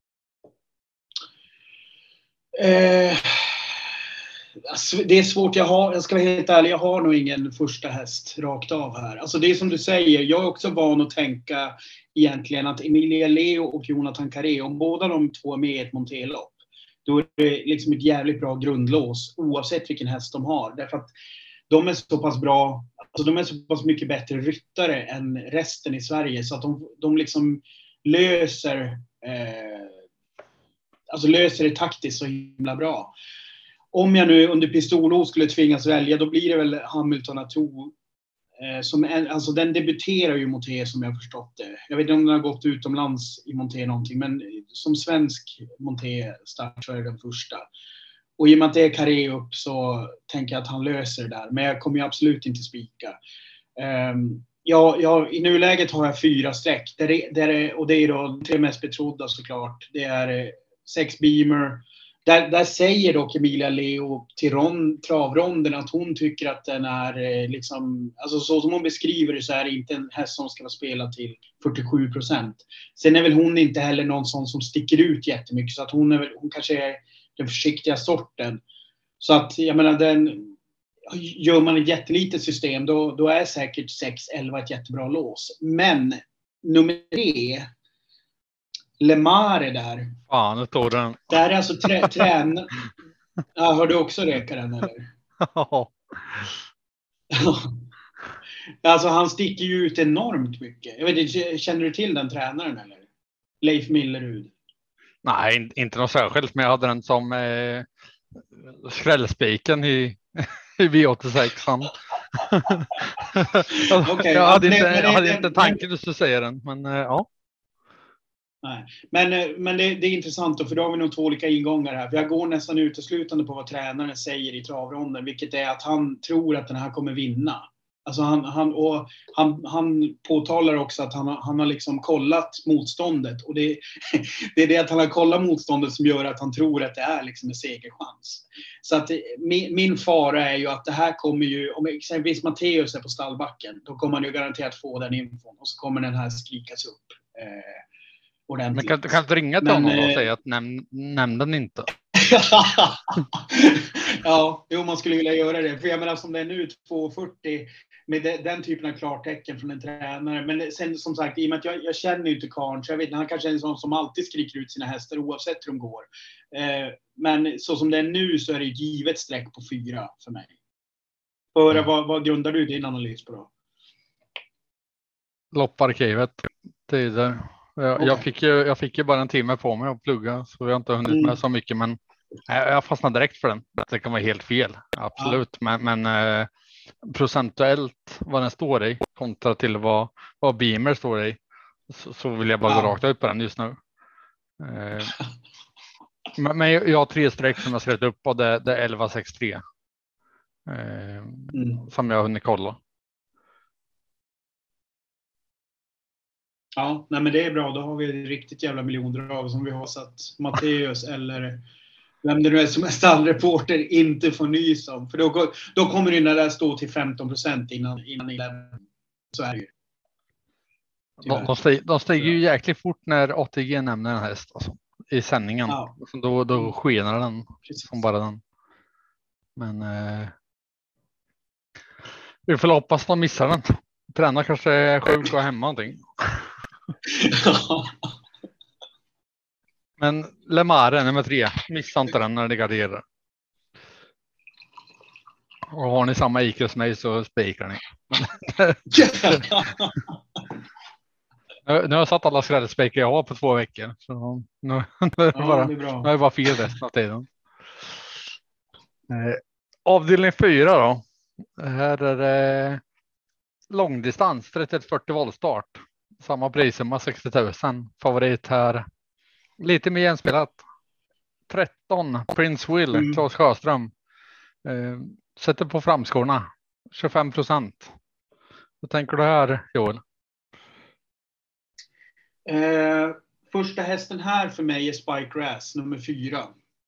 Eh, alltså, det är svårt. Jag, har, jag ska vara helt ärlig, jag har nog ingen första häst rakt av här. Alltså det är som du säger, jag är också van att tänka egentligen att Emilia Leo och Jonathan Carré, om båda de två är med i ett monterlopp, då är det liksom ett jävligt bra grundlås oavsett vilken häst de har. Därför att de är så pass bra, alltså de är så pass mycket bättre ryttare än resten i Sverige så att de, de liksom löser eh, alltså löser det taktiskt så himla bra. Om jag nu under pistolhot skulle tvingas välja, då blir det väl Hamilton Atou. Eh, som en, alltså den debuterar ju mot er som jag har förstått det. Jag vet inte om den har gått utomlands i monté någonting, men som svensk monté-start så är det den första. Och i och med att det är Carré upp så tänker jag att han löser det där. Men jag kommer ju absolut inte spika. Um, ja, ja, i nuläget har jag fyra streck. Där är, där är, och det är då tre mest betrodda såklart. Det är sex Beamer. Där, där säger dock Emilia Leo till ron, travronden att hon tycker att den är liksom, alltså så som hon beskriver det så är det inte en häst som ska vara spelad till fyrtiosju procent. Sen är väl hon inte heller någon sån som sticker ut jättemycket så att hon, är väl, hon kanske är den försiktiga sorten. Så att jag menar, den, gör man ett jättelitet system då, då är säkert sex elva ett jättebra lås. Men nummer tre, Lemar är där. Fan, nu tog den. Där är alltså trä, trän... Ja, har du också räkat den eller? Ja. Alltså han sticker ju ut enormt mycket. Jag vet inte, känner du till den tränaren eller? Leif Millerud. Nej, inte något särskilt, men jag hade den som eh, skrällspiken i, i V åttiosex. Okay, jag hade ja, inte, det, jag hade det, inte tanken du skulle säga den, men eh, ja. Nej. Men, men det, det är intressant då, för då har vi nog två olika ingångar här. För jag går nästan uteslutande på vad tränaren säger i travronden, vilket är att han tror att den här kommer vinna. Alltså han, han, och han, han påtalar också att han, han har liksom kollat motståndet. Och det, det är det att han har kollat motståndet som gör att han tror att det är liksom en segerchans. Så att min, min fara är ju att det här kommer ju, om exempelvis Matteus är på stallbacken, då kommer han ju garanterat få den infon. Och så kommer den här skrikas upp. Eh, Men kan, kan du ringa till Men, honom och eh, säga att näm, nämn den inte? Ja, jo, man skulle vilja göra det. För jag menar som det är nu, två fyrtio med de, den typen av klartecken från en tränare. Men sen som sagt, i och med att jag, jag känner ju inte karn, så jag vet, han kanske är en sån som alltid skriker ut sina hästar oavsett hur de går. Eh, men så som det är nu så är det ett givet streck på fyra för mig. För, mm. vad, vad grundar du din analys på då? Lopparkivet, tider. Jag, Okay. jag, fick ju, jag fick ju bara en timme på mig att plugga, så jag har inte hunnit med mm. så mycket, men jag, jag fastnade direkt för den. Det kan vara helt fel, absolut. Ja. Men, men eh, procentuellt vad den står i kontra till vad, vad Beamer står i, så, så vill jag bara ja. gå rakt ut på den just nu. Eh, men, men jag har tre streck som jag skrivit upp och det, det är elva sex tre. Eh, Mm. som jag har hunnit kolla. Ja, nej men det är bra. Då har vi ett riktigt jävla miljondrag som vi har satt Matteus eller vem det nu är som är stallreporter inte får nys om. För då, då kommer det när det stå till femton procent innan, innan eleven. Så är det ju. De, de, stiger, de stiger ju jäkligt fort när A T G nämner en häst alltså, i sändningen. Ja. Då, då skenar den Precis. som bara den. Men eh, vi får hoppas de missar den. Tränaren kanske är sjuk och hemma någonting. Men Lemare nummer tre. Missa inte den när det garderar. Och har ni samma I Q som mig så spikar ni. Nu, nu har jag satt alla skrädspikar jag har på två veckor. Så nu, nu, är det Ja, bara, det är bra. nu är det bara fel resten av tiden. Eh, avdelning fyra då. Här är det långdistans trettioett fyrtio voltstart. Samma prissumma sextio tusen. Favorit här. Lite mer jämspelat. tretton Prince Will, Mm. Claes Sjöström. Eh, sätter på framskorna. tjugofem procent. Vad tänker du här, Joel? Eh, första hästen här för mig är Spike Grass, nummer fyra.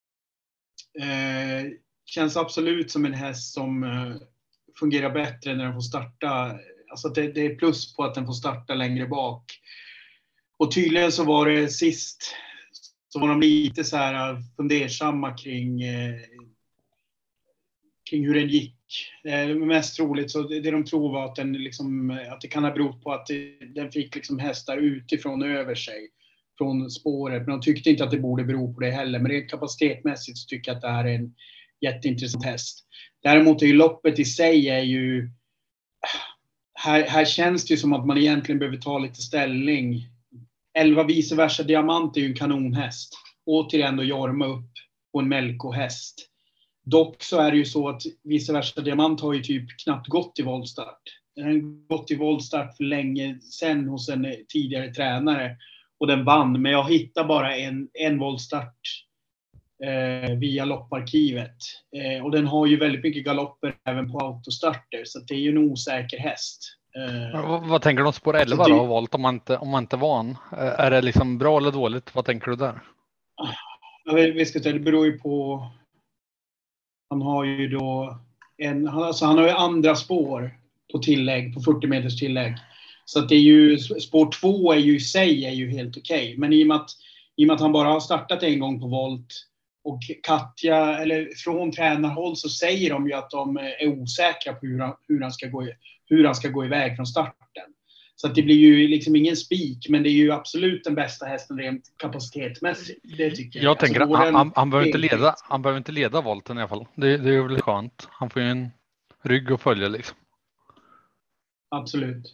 Eh, känns absolut som en häst som eh, fungerar bättre när den får starta. Alltså det, det är plus på att den får starta längre bak. Och tydligen så var det sist så var de lite så här fundersamma kring, eh, kring hur den gick. Eh, mest troligt så det, det de tror var att, den liksom, att det kan ha berott på att det, den fick liksom hästar utifrån över sig från spåret. Men de tyckte inte att det borde bero på det heller. Men rent kapacitetmässigt så tycker jag att det här är en jätteintressant häst. Däremot är ju loppet i sig är ju... Här, här känns det ju som att man egentligen behöver ta lite ställning. elva vice versa diamant är ju en kanonhäst. Återigen då Jorma upp på en Melko-häst. Dock så är det ju så att vice versa diamant har ju typ knappt gått i voltstart. Den har gått i voltstart för länge sedan hos en tidigare tränare. Och den vann. Men jag hittar bara en, en voltstart eh, via lopparkivet. Eh, och den har ju väldigt mycket galopper även på autostarter. Så det är ju en osäker häst. Eh, vad, vad tänker du om spår elva då? Volt, om man inte, om man inte van. Eh, är det liksom bra eller dåligt? Vad tänker du där? Ja, vi ska säga, det beror ju på... Han har ju då... En, alltså han har ju andra spår på tillägg. På fyrtio meters tillägg. Så att det är ju, spår två är ju i sig är ju helt okej. Okay. Men i och, med att, i och med att han bara har startat en gång på volt och Katja, eller från tränarhåll så säger de ju att de är osäkra på hur han, hur han, ska, gå, hur han ska gå iväg från starten. Så att det blir ju liksom ingen spik, men det är ju absolut den bästa hästen rent kapacitetsmässigt. Det tycker jag. Jag tänker alltså, att han, han, han, behöver inte leda, han behöver inte leda volten i alla fall. Det, det är väl skönt. Han får ju en rygg att följa liksom. Absolut.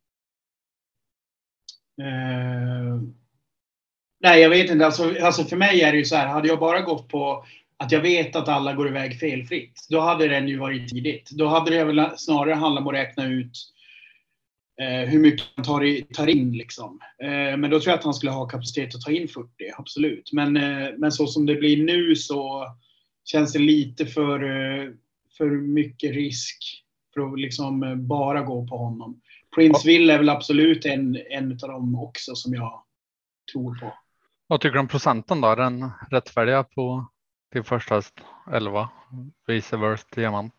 Uh, nej, jag vet inte. Alltså, alltså för mig är det ju så här. Hade jag bara gått på att jag vet att alla går iväg felfritt, då hade den ju varit tidigt. Då hade det väl snarare handlat om att räkna ut uh, hur mycket han tar, i, tar in. Liksom. Uh, men då tror jag att han skulle ha kapacitet att ta in fyrtio, absolut. Men, uh, men så som det blir nu så känns det lite för, uh, för mycket risk för att liksom bara gå på honom. Prince Will är väl absolut en, en av dem också som jag tror på. Vad tycker du om procenten då? Är den rättfärdiga på till första elva? Vice versa diamant.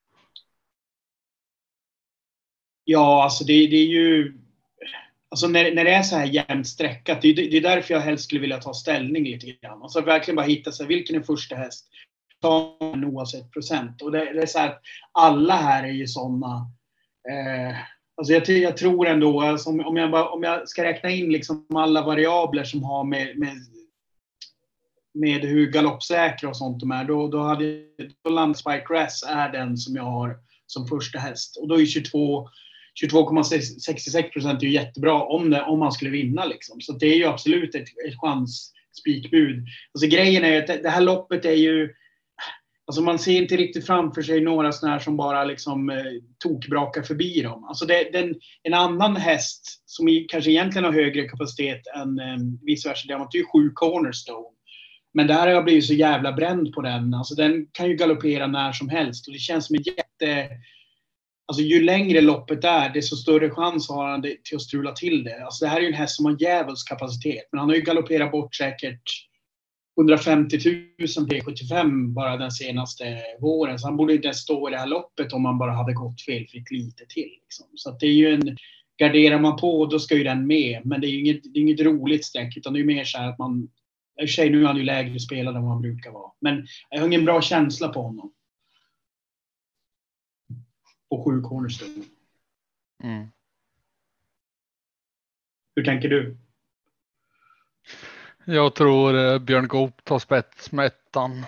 Ja, alltså det, det är ju... Alltså när, när det är så här jämnt sträckat, det, det är därför jag helst skulle vilja ta ställning lite grann. Alltså verkligen bara hitta sig, vilken är första häst? Ta en oavsett procent. Och det, det är så här att alla här är ju sådana... Eh, Alltså jag, jag tror ändå, alltså om, jag bara, om jag ska räkna in liksom alla variabler som har med, med, med hur galoppsäkra och sånt de är, då, då hade då Land Spike Grass är den som jag har som första häst. Och då är tjugotvå komma sextiosex procent är ju jättebra om, det, om man skulle vinna. Liksom. Så det är ju absolut ett, ett chansspikbud. Alltså grejen är att det, det här loppet är ju... Alltså man ser inte riktigt framför sig några sådana här som bara liksom eh, tokbrakar förbi dem. Alltså det, den, en annan häst som i, kanske egentligen har högre kapacitet än eh, vice versa, det är ju sju Cornerstone. Men där har jag blivit så jävla bränd på den. Alltså den kan ju galoppera när som helst. Och det känns som en jätte... Alltså ju längre loppet är, desto större chans har han till att strula till det. Alltså det här är ju en häst som har djävulsk kapacitet. Men han har ju galopperat bort säkert hundrafemtio tusen P sjuttiofem bara den senaste våren. Så han borde inte stå i det här loppet om man bara hade gått fel, fick lite till. Liksom. Så att det är ju en... Garderar man på, då ska ju den med. Men det är ju inget, det är inget roligt streck, utan det är ju mer så här att man... I och för sig, nu är han ju lägre spelare än vad han brukar vara. Men jag har ingen bra känsla på honom. På sju cornerstone. Mm. Hur tänker du? Jag tror eh, Björn Goop tar spets med ettan.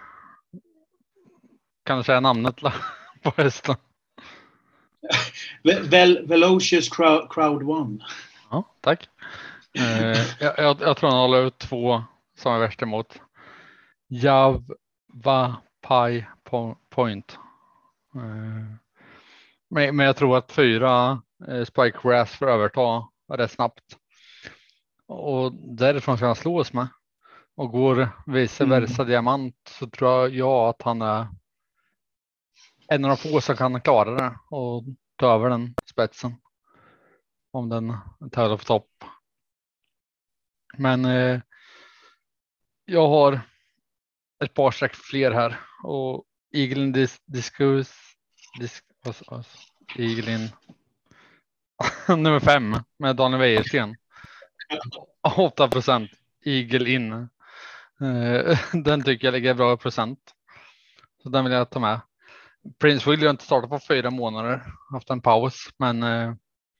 Kan du säga namnet på hästen? Vel- Velocious crowd, crowd One. Ja, tack. Eh, jag, jag, jag tror han håller ut två som är värst emot. Java Pi Point. Eh, men, men jag tror att fyra eh, Spike Grass får överta rätt snabbt. Och därifrån ska han slås med. Och går vice versa mm. diamant, så tror jag att han är en av de få som kan klara det och ta över den spetsen. Om den tävlar på topp. Men eh, jag har ett par streck fler här. Och Eagle dis- Discus dis- alltså, Eagle in nummer fem med Daniel Wäjersten. åtta procent Eagle in. Eh, den tycker jag ligger bra procent. Så den vill jag ta med. Prince Will ju inte starta på fyra månader. Haft en paus. Men eh,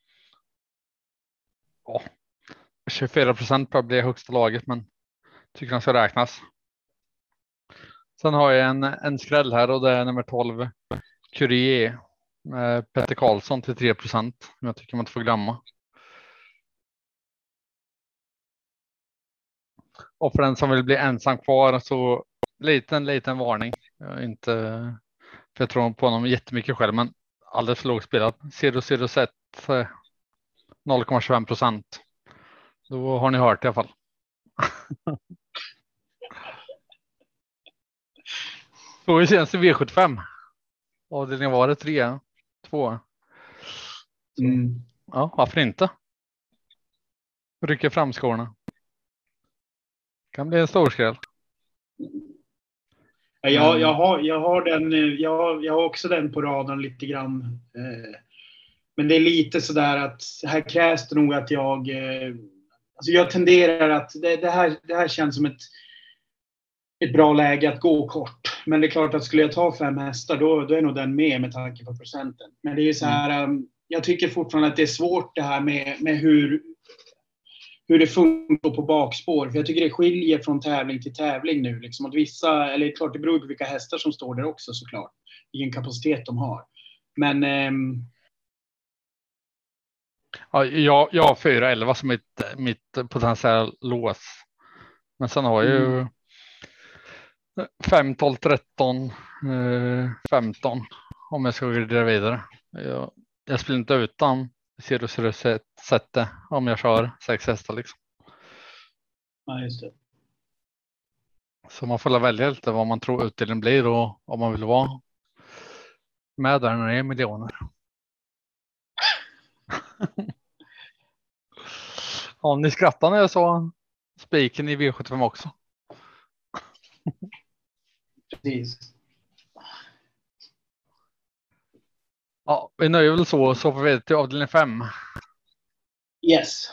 ja, tjugofyra procent bör bli högsta laget. Men tycker han ska räknas. Sen har jag en, en skräll här. Och det är nummer tolv. Curie. Med Petter Karlsson till tre procent. Jag tycker man inte får glömma. Och för den som vill bli ensam kvar så liten, liten varning. Jag inte, för jag tror på honom jättemycket själv, men alldeles för lågt spelat. Zero Zero Set noll komma tjugofem procent. Då har ni hört i alla fall. Så vi känns i V sjuttiofem. Avdelningen var det tre, två. Mm. Ja, varför inte? Rycker fram skorna. Kan bli en stor skräll. Ja, jag, jag, har, jag, har den, jag, har, jag har också den på raden lite grann. Eh, men det är lite sådär att här krävs det nog att jag... Eh, alltså jag tenderar att... Det, det, här, det här känns som ett, ett bra läge att gå kort. Men det är klart att skulle jag ta fem hästar, då, då är nog den med med tanke på procenten. Men det är så här... Mm. Jag tycker fortfarande att det är svårt det här med, med hur... hur det funkar på bakspår. För jag tycker det skiljer från tävling till tävling nu. Liksom att vissa, eller klart det beror på vilka hästar som står där också såklart. Vilken kapacitet de har. Men... Ehm... Ja, jag, jag har fyra elva som mitt, mitt potentiella lås. Men sen har jag ju mm. fem, tolv, tretton, femton om jag ska gå vidare. Jag, jag spelar inte utan Zero Zero Set om jag kör sex hästar liksom. Ja, just det. Så man får välja lite vad man tror utdelningen blir och om man vill vara med där när det är miljoner. Ja, ni skrattar när jag sa spiken i V sjuttiofem också. Precis. Ja, vi nöjer väl så, så får vi till avdelning fem. Yes.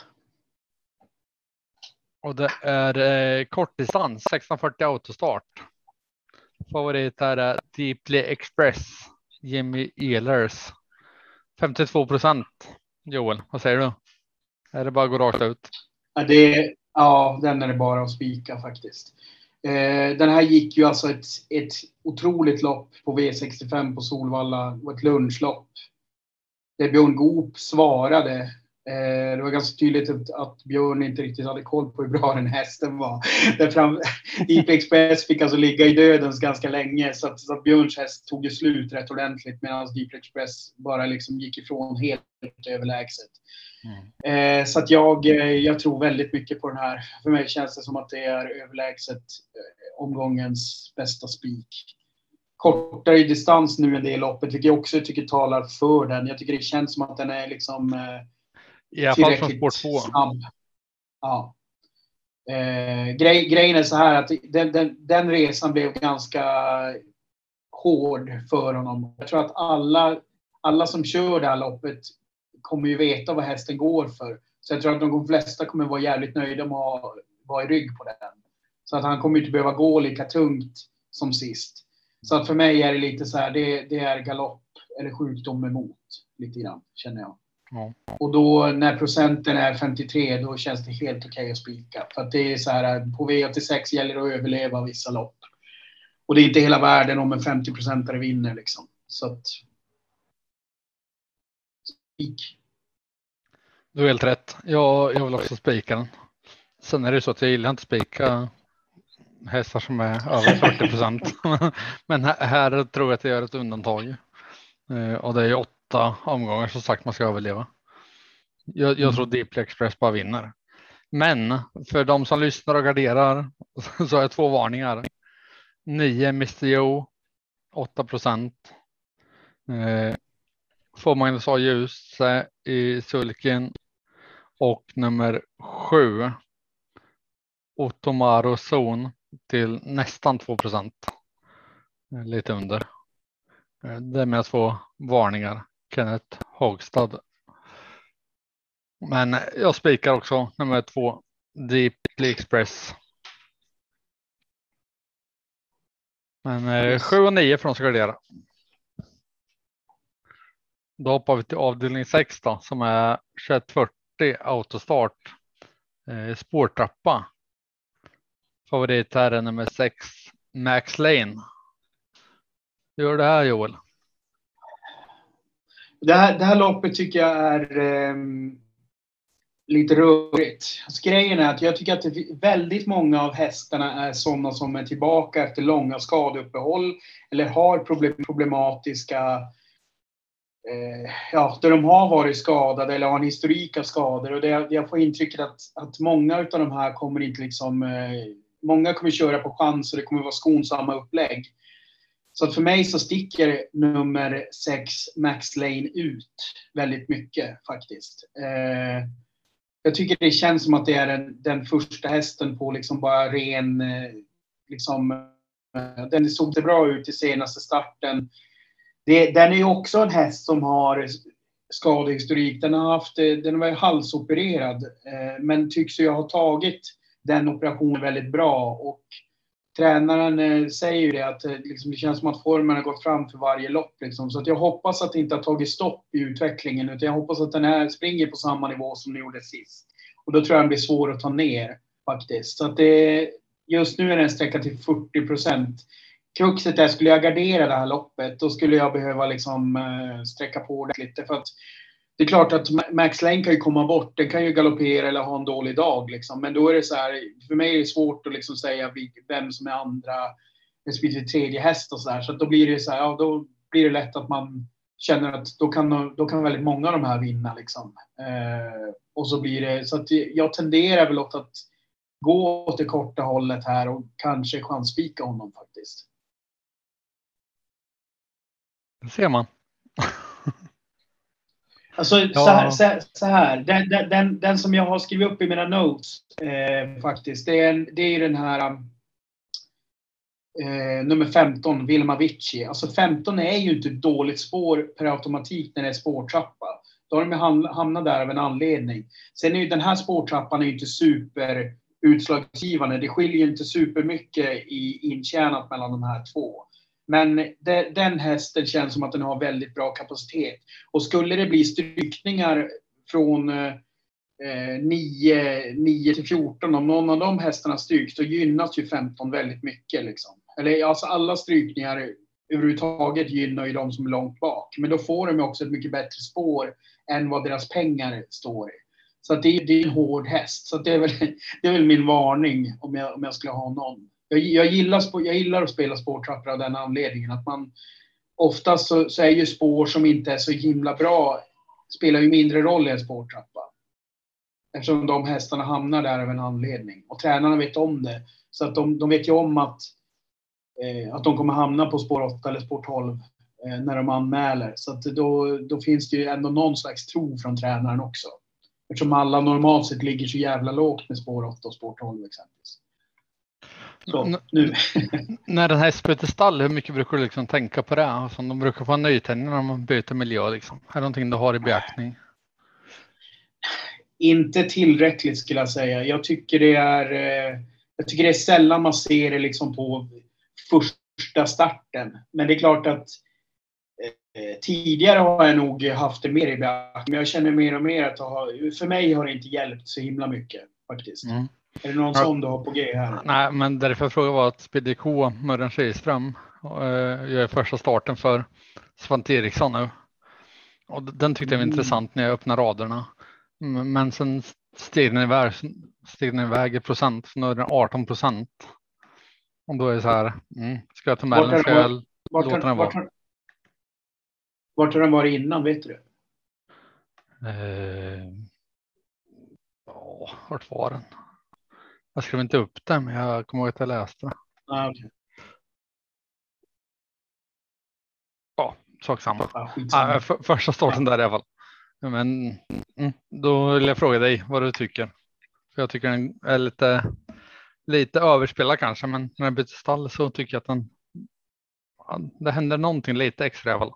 Och det är eh, kortdistans, sexton fyrtio autostart. Favorit är eh, Deeply Express, Jimmy Ehlers. femtiotvå procent. Joel, vad säger du? Är det bara att gå rakt ut? Ja, det, ja, den är det bara att spika faktiskt. Eh, den här gick ju alltså ett, ett otroligt lopp på V sextiofem på Solvalla och ett lunchlopp. Där Björn Goop svarade Eh, det var ganska tydligt att, att Björn inte riktigt hade koll på hur bra den hästen var. Där fram, Deep Express fick alltså ligga i dödens ganska länge, så att, så att Björns häst tog ju slut rätt ordentligt, medan Deep Express bara liksom gick ifrån helt överlägset. Mm. Eh, så att jag, jag tror väldigt mycket på den här. För mig känns det som att det är överlägset eh, omgångens bästa spik. Kortare i distans nu än det i loppet, vilket jag också tycker talar för den. Jag tycker det känns som att den är liksom eh, i alla fall från sport två. Snabb. Ja. Eh, grej, grejen är så här att den, den, den resan blev ganska hård för honom. Jag tror att alla, alla som kör det här loppet kommer ju veta vad hästen går för. Så jag tror att de flesta kommer vara jävligt nöjda med att vara i rygg på den. Så att han kommer inte behöva gå lika tungt som sist. Så att för mig är det lite så här, det, det är galopp eller sjukdom emot lite grann, känner jag. Ja. Och då när procenten är femtiotre, då känns det helt okej okay att spika. För att det är så här, på V åttiosex gäller det att överleva vissa lopp. Och det är inte hela världen om en femtio procentare vinner liksom. Så att... Spik. Du är helt rätt. Jag, jag vill också spika den. Sen är det så att jag gillar inte spika hästar som är över fyrtio procent. Men här, här tror jag att jag gör ett undantag. Eh, och det är åtta omgångar som sagt man ska överleva. Jag, jag tror Deeply Express bara vinner. Men för de som lyssnar och garderar så har jag två varningar. nio mister Joe, åtta procent. Eh, får Magnus ha ljus i sulken. Och nummer sju. Otomaro Zon till nästan två procent. Lite under. Det är mina två varningar. Kenneth Hagstad. Men jag spikar också nummer två. Deeply Express. Men eh, sju och nio från ska gardera. Då hoppar vi till avdelning sex då, som är tjugoett fyrtio autostart. Eh, spårtrappa. Favorit här är nummer sex, Max Lane. Hur gör det här, Joel? Det här, det här loppet tycker jag är eh, lite rörigt. Alltså, grejen är att jag tycker att det, väldigt många av hästarna är sådana som är tillbaka efter långa skadeuppehåll eller har problem, problematiska, eh, ja, där de har varit skadade eller har en historik av skador. Och det, jag får intrycket att, att många av de här kommer inte liksom, eh, många kommer köra på chans och det kommer vara skonsamma upplägg. Så att för mig så sticker nummer sex Max Lane ut väldigt mycket faktiskt. Eh, jag tycker det känns som att det är den, den första hästen på liksom bara ren, eh, liksom, eh, den såg det bra ut i senaste starten. Det, den är ju också en häst som har skadehistorik. Den har haft, den var halsopererad, eh, men tycks ju ha tagit den operationen väldigt bra och tränaren eh, säger ju det att eh, liksom, det känns som att formen har gått fram för varje lopp. Liksom. Så att jag hoppas att det inte har tagit stopp i utvecklingen. Utan jag hoppas att den här springer på samma nivå som den gjorde sist. Och då tror jag den blir svår att ta ner faktiskt. Så att det, just nu är den sträcka till fyrtio procent. Kruxet är, skulle jag gardera det här loppet, då skulle jag behöva liksom, eh, sträcka på det lite. För att det är klart att Max Lane kan ju komma bort. Den kan ju galoppera eller ha en dålig dag. Liksom. Men då är det så här, för mig är det svårt att liksom säga vem som är andra, respektive tredje häst och så där. Så att då blir det så här, ja, då blir det lätt att man känner att då kan, då kan väldigt många av de här vinna. Liksom. Eh, och så blir det, så att jag tenderar väl åt att gå åt det korta hållet här och kanske chansspika honom faktiskt. Det ser man. Alltså ja. så här, så, så här. Den, den, den, den som jag har skrivit upp i mina notes eh, faktiskt, det är, det är den här eh, nummer femton, Vilma Vici. Alltså femton är ju inte ett dåligt spår per automatik när det är spårtrappa. Då har de hamnat där av en anledning. Sen är ju den här spårtrappan är ju inte super utslagsgivande. Det skiljer ju inte supermycket i intjänat mellan de här två. Men de, den hästen känns som att den har väldigt bra kapacitet. Och skulle det bli strykningar från eh, nio till fjorton, om någon av de hästarna stryks, då gynnas ju femton väldigt mycket. Liksom. Eller alltså alla strykningar överhuvudtaget gynnar ju de som är långt bak. Men då får de ju också ett mycket bättre spår än vad deras pengar står i. Så att det, är, det är en hård häst. Så att det, är väl, det är väl min varning om jag, om jag skulle ha någon. Jag, jag, gillar, jag gillar att spela spårtrappor av den anledningen. Att man, oftast så, så är ju spår som inte är så himla bra, spelar ju mindre roll i en spårtrappa. Eftersom de hästarna hamnar där av en anledning. Och tränarna vet om det. Så att de, de vet ju om att, eh, att de kommer hamna på spår åtta eller spår tolv eh, när de anmäler. Så att då, då finns det ju ändå någon slags tro från tränaren också. Eftersom alla normalt sett ligger så jävla lågt med spår åtta och spår tolv exempelvis. Så, N- nu. När den här byter stall, hur mycket brukar du liksom tänka på det? Alltså, de brukar få en nytändning när man byter miljö. Liksom. Är det någonting du har i beaktning? Inte tillräckligt skulle jag säga. Jag tycker det är, jag tycker det är sällan man ser det liksom på första starten. Men det är klart att eh, tidigare har jag nog haft det mer i beaktning. Men jag känner mer och mer att ha, för mig har det inte hjälpt så himla mycket faktiskt. Mm. Är det någon ja. Som du har på G här? Nej, men därför jag frågade var att Speedy K, Mörren Kihlström, uh, gör första starten för Svante Eriksson nu. Och den tyckte jag var mm. intressant när jag öppnade raderna. Men sen steg den iväg, steg den iväg i procent, för nu är den arton procent. Och då är det så här, mm, ska jag ta med den, ska jag låta den vara? Vart har den varit innan, vet du? Eh, ja, vart var den? Jag skrev inte upp den, men jag kommer ihåg att jag läste det. Ah, okay. Ja, sak samma. Ah, ah, för, första starten ja. Där i alla fall. Men mm, då vill jag fråga dig vad du tycker. För jag tycker den är lite, lite överspelad kanske, men när jag byter stall så tycker jag att den, det händer någonting lite extra i alla fall.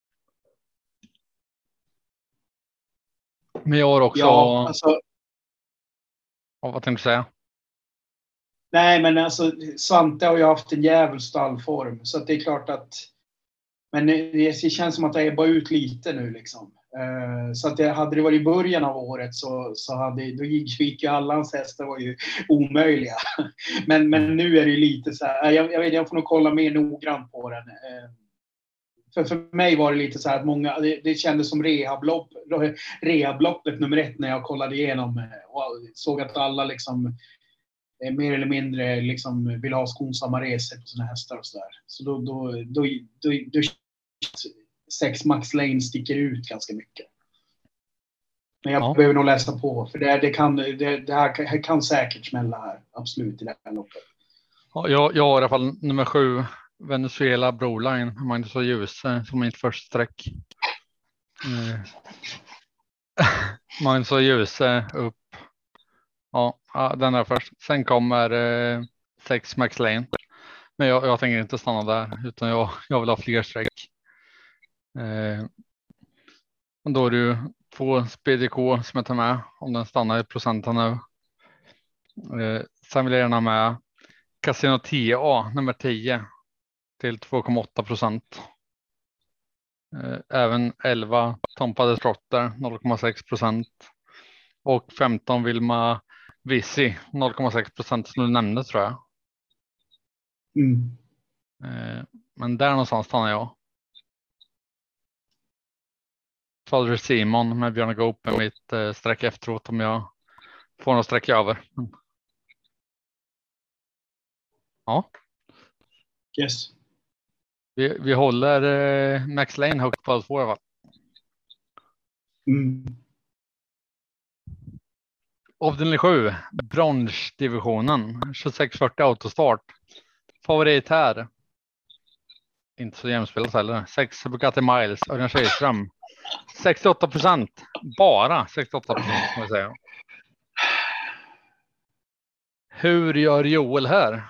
Men jag har också... Ja, alltså... Ja, vad tänkte du säga? Nej, men alltså Svante har ju haft en jävla stallform. Så att det är klart att... Men det känns som att det är bara ut lite nu liksom. Så att det, hade det varit i början av året så, så hade, då gick, gick ju alla hans hästar var ju omöjliga. Men, men nu är det ju lite så här, jag, jag vet jag får nog kolla mer noggrant på den. För, för mig var det lite så här att många, det, det kändes som rehablopp, rehabloppet nummer ett när jag kollade igenom och såg att alla liksom mer eller mindre liksom vill ha skonsamma resor på sina hästar och så där. Så då, då, då, då, då sex Max Lane sticker ut ganska mycket. Men jag ja. behöver nog läsa på. För det, det, kan, det, det här kan säkert smälla här. Absolut i det här loppet. Ja, jag, jag har i alla fall nummer sju. Venezuela Broline. Magnus och Ljus som mitt första streck. Mm. Magnus och Ljus upp. Ja, den är först. Sen kommer eh, sex Max Lane. Men jag, jag tänker inte stanna där. Utan jag, jag vill ha fler streck. Eh, och då är det ju två Speedy K som jag tar med om den stannar i procenten nu. Eh, sen vill jag gärna med Casino T A nummer tio till två komma åtta procent. Eh, även elva Tompade Strotter noll komma sex procent och femton Vilma Vissi noll komma sex procent som du nämnde tror jag. Mm. Eh, men där någonstans stannar jag. Fader Simon med Björn Goop med mitt eh, streck efteråt om jag får något streck över. Ja. Yes. Vi, vi håller eh, Max Lane högt på två i alla fall. Mm. Avdelning sju, bronsdivisionen, tjugosex fyrtio autostart. Favorit här. Inte så jämspelat heller. sex Bugatti Miles, Örjan Kihlström. sextioåtta procent. Bara sextioåtta procent kan man säga. Hur gör Joel här?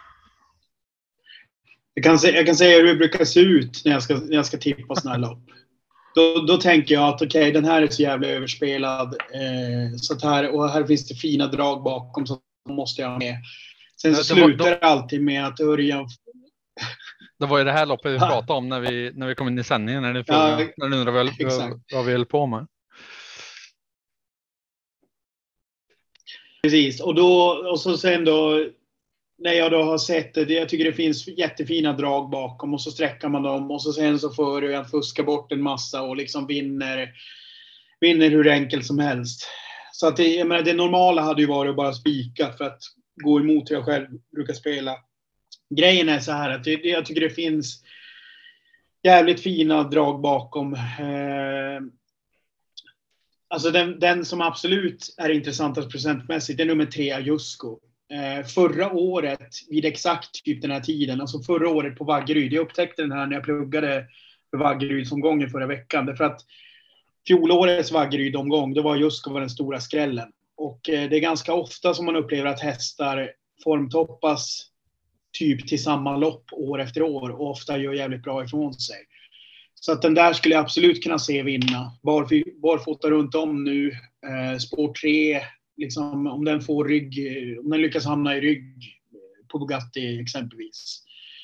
Jag kan, se, jag kan säga hur det brukar se ut när jag ska, när jag ska tippa såna här lopp. Då, då tänker jag att okej, okay, den här är så jävla överspelad. Eh, så att här, och här finns det fina drag bakom så måste jag ha med. Sen så det slutar det alltid med att Örjan... Det var ju det här loppet vi pratade om när vi, när vi kom in i sändningen. När ni, frågade, ja, när ni undrar vad, vad, vad vi höll på med. Precis. Och, då, och så sen då när jag då har sett det, jag tycker det finns jättefina drag bakom och så sträcker man dem och så sen så får du att fuska bort en massa och liksom vinner, vinner hur enkelt som helst. Så att det, jag menar, det normala hade ju varit att bara spika för att gå emot hur jag själv brukar spela. Grejen är så här att det, jag tycker det finns jävligt fina drag bakom. Eh, alltså den, den som absolut är intressantast procentmässigt är nummer tre, Ajusko. Eh, förra året, vid exakt typ den här tiden, alltså förra året på Vaggeryd, jag upptäckte den här när jag pluggade för Vaggeryd-omgången förra veckan. Därför att fjolårets Vaggeryd-omgång, då var Ajusko var den stora skrällen. Och eh, det är ganska ofta som man upplever att hästar formtoppas typ till samma lopp år efter år och ofta gör jävligt bra ifrån sig. Så att den där skulle jag absolut kunna se vinna. Barfota runt om nu, eh, spår tre, liksom, om den får rygg, om den lyckas hamna i rygg på Bugatti exempelvis.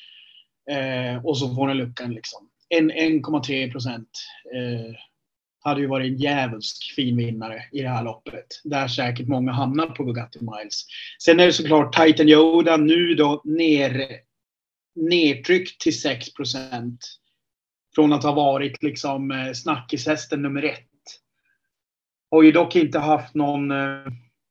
Eh, och så får den luckan liksom. en komma tre procent eh, hade ju varit en jävligt fin vinnare i det här loppet. Där säkert många hamnar på Bugatti Miles. Sen är det såklart Titan Yoda nu då ner, nedtryckt till sex procent. Från att ha varit liksom snackishästen nummer ett. Har ju dock inte haft någon eh,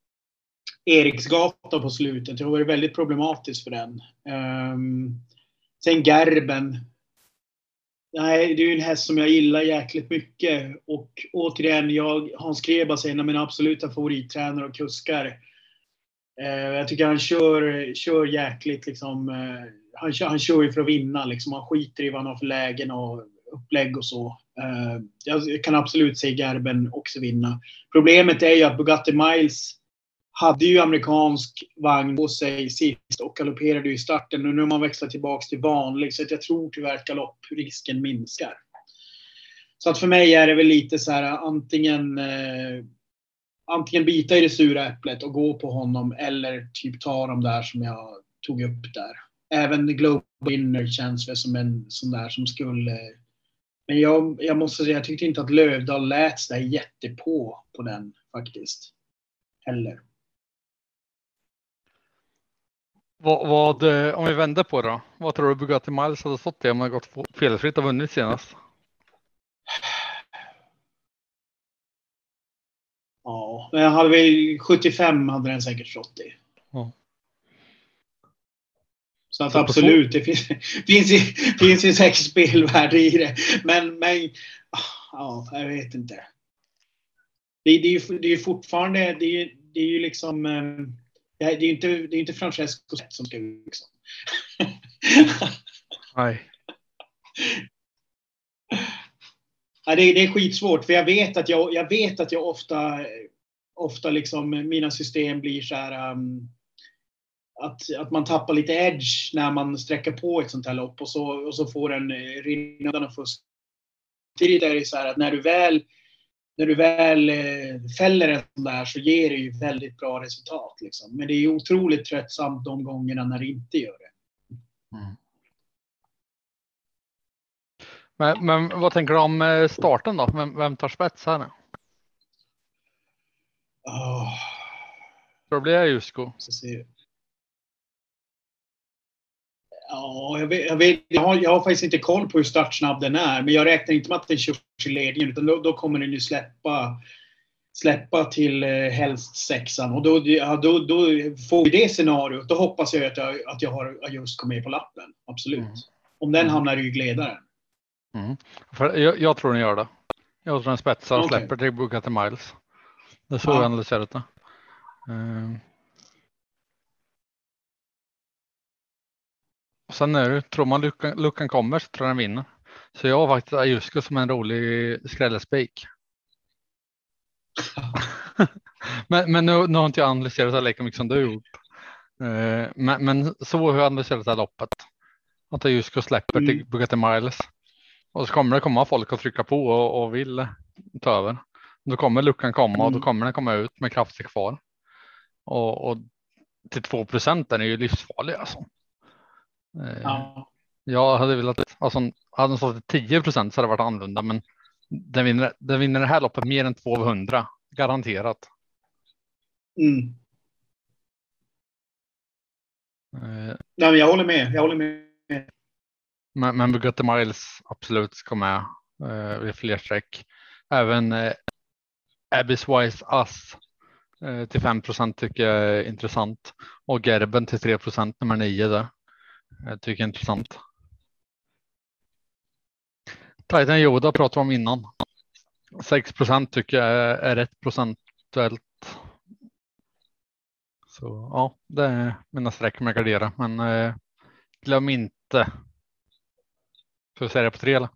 Eriksgata på slutet. Det har varit väldigt problematiskt för den. Um, sen Gerben. Nej, det är ju en häst som jag gillar jäkligt mycket. Och återigen, jag, Hans Krebas är en av mina absoluta favorittränare och kuskar. Eh, jag tycker han kör, kör jäkligt liksom. Eh, han, kör, han kör ju för att vinna liksom. Han skiter i vad han har för lägen och upplägg och så. Eh, jag kan absolut se Gerben också vinna. Problemet är ju att Bugatti Miles hade ju amerikansk vagn på sig sist och galopperade i starten. Och nu har man växlat tillbaka till vanlig. Så att jag tror tyvärr att galopprisken minskar. Så att för mig är det väl lite så här antingen, eh, antingen bita i det sura äpplet och gå på honom. Eller typ ta dem där som jag tog upp där. Även Global Winner känns väl som en sån där som skulle... Men jag, jag måste säga, jag tyckte inte att Lövdahl lät där jättepå på den faktiskt. Heller. Vad, vad, om vi vänder på det då? Vad tror du Bugatti Miles hade stått det om man gått felfritt och vunnit senast? Ja, men hade vi sjuttiofem hade den säkert stått i. Ja. Så att så absolut, det finns, finns, ju, finns ju säkert spelvärde i det. Men, men ja, jag vet inte. Det, det är ju det är fortfarande, det är, det är ju liksom... Det är ju inte, det är inte Francesco som ska liksom. Nej. Ja, det, det är skitsvårt för jag vet att jag, jag vet att jag ofta ofta liksom mina system blir så här um, att, att man tappar lite edge när man sträcker på ett sånt här lopp och så, och så får en rinna och fusk. Samtidigt är det så här att när du väl När du väl eh, fäller en sån där så ger det ju väldigt bra resultat. Liksom. Men det är ju otroligt tröttsamt de gångerna när det inte gör det. Mm. Men, men vad tänker du om starten då? Vem, vem tar spets här nu? Oh. Då blir jag Ajusko. Ja, jag, vet, jag, vet, jag, har, jag har faktiskt inte koll på hur startsnabb den är. Men jag räknar inte med att den kör till ledningen. Utan då, då kommer den ju släppa, släppa till eh, helst sexan. Och då, ja, då, då får vi det scenariot. Då hoppas jag att jag, att jag har just kommit med på lappen. Absolut. Mm. Om den hamnar i ryggledaren. Mm. För jag, jag tror den gör det. Jag tror den spetsar och okay. släpper till Bugatti Miles. Det är så ja. jag analyserat det. Mm. Och sen är det, tror man luckan, luckan kommer så tror jag den vinner. Så jag har faktiskt Ajusko som en rolig skrällespik. men men nu, nu har inte jag analyserat det lika mycket som du har gjort. Uh, men, men så har jag analyserat det här loppet. Att Ajusko släpper mm. till Bugatti Miles. Och så kommer det komma folk att trycka på och, och vill ta över. Då kommer luckan komma mm. och då kommer den komma ut med krafter kvar. Och, och till två procent är ju livsfarlig alltså. Ja. Jag hade velat, alltså hade den stått till tio procent så hade det varit annorlunda, men den vinner, den vinner det här loppet mer än tvåhundra, garanterat. Mm. Eh, Nej, men jag håller med. Jag håller med. men, men Bugatti Miles absolut ska med eh, vid fler streck. Även eh, Abyss Wise Us eh, till fem procent tycker jag är intressant. Och Gerben till tre procent, nummer nio där. Jag tycker jag är intressant. Titan Yoda pratar om innan. sex procent tycker jag är, är rätt procentuellt. Så ja, det är mina streck med gardera. Men eh, glöm inte. Ska vi säga det på tre eller?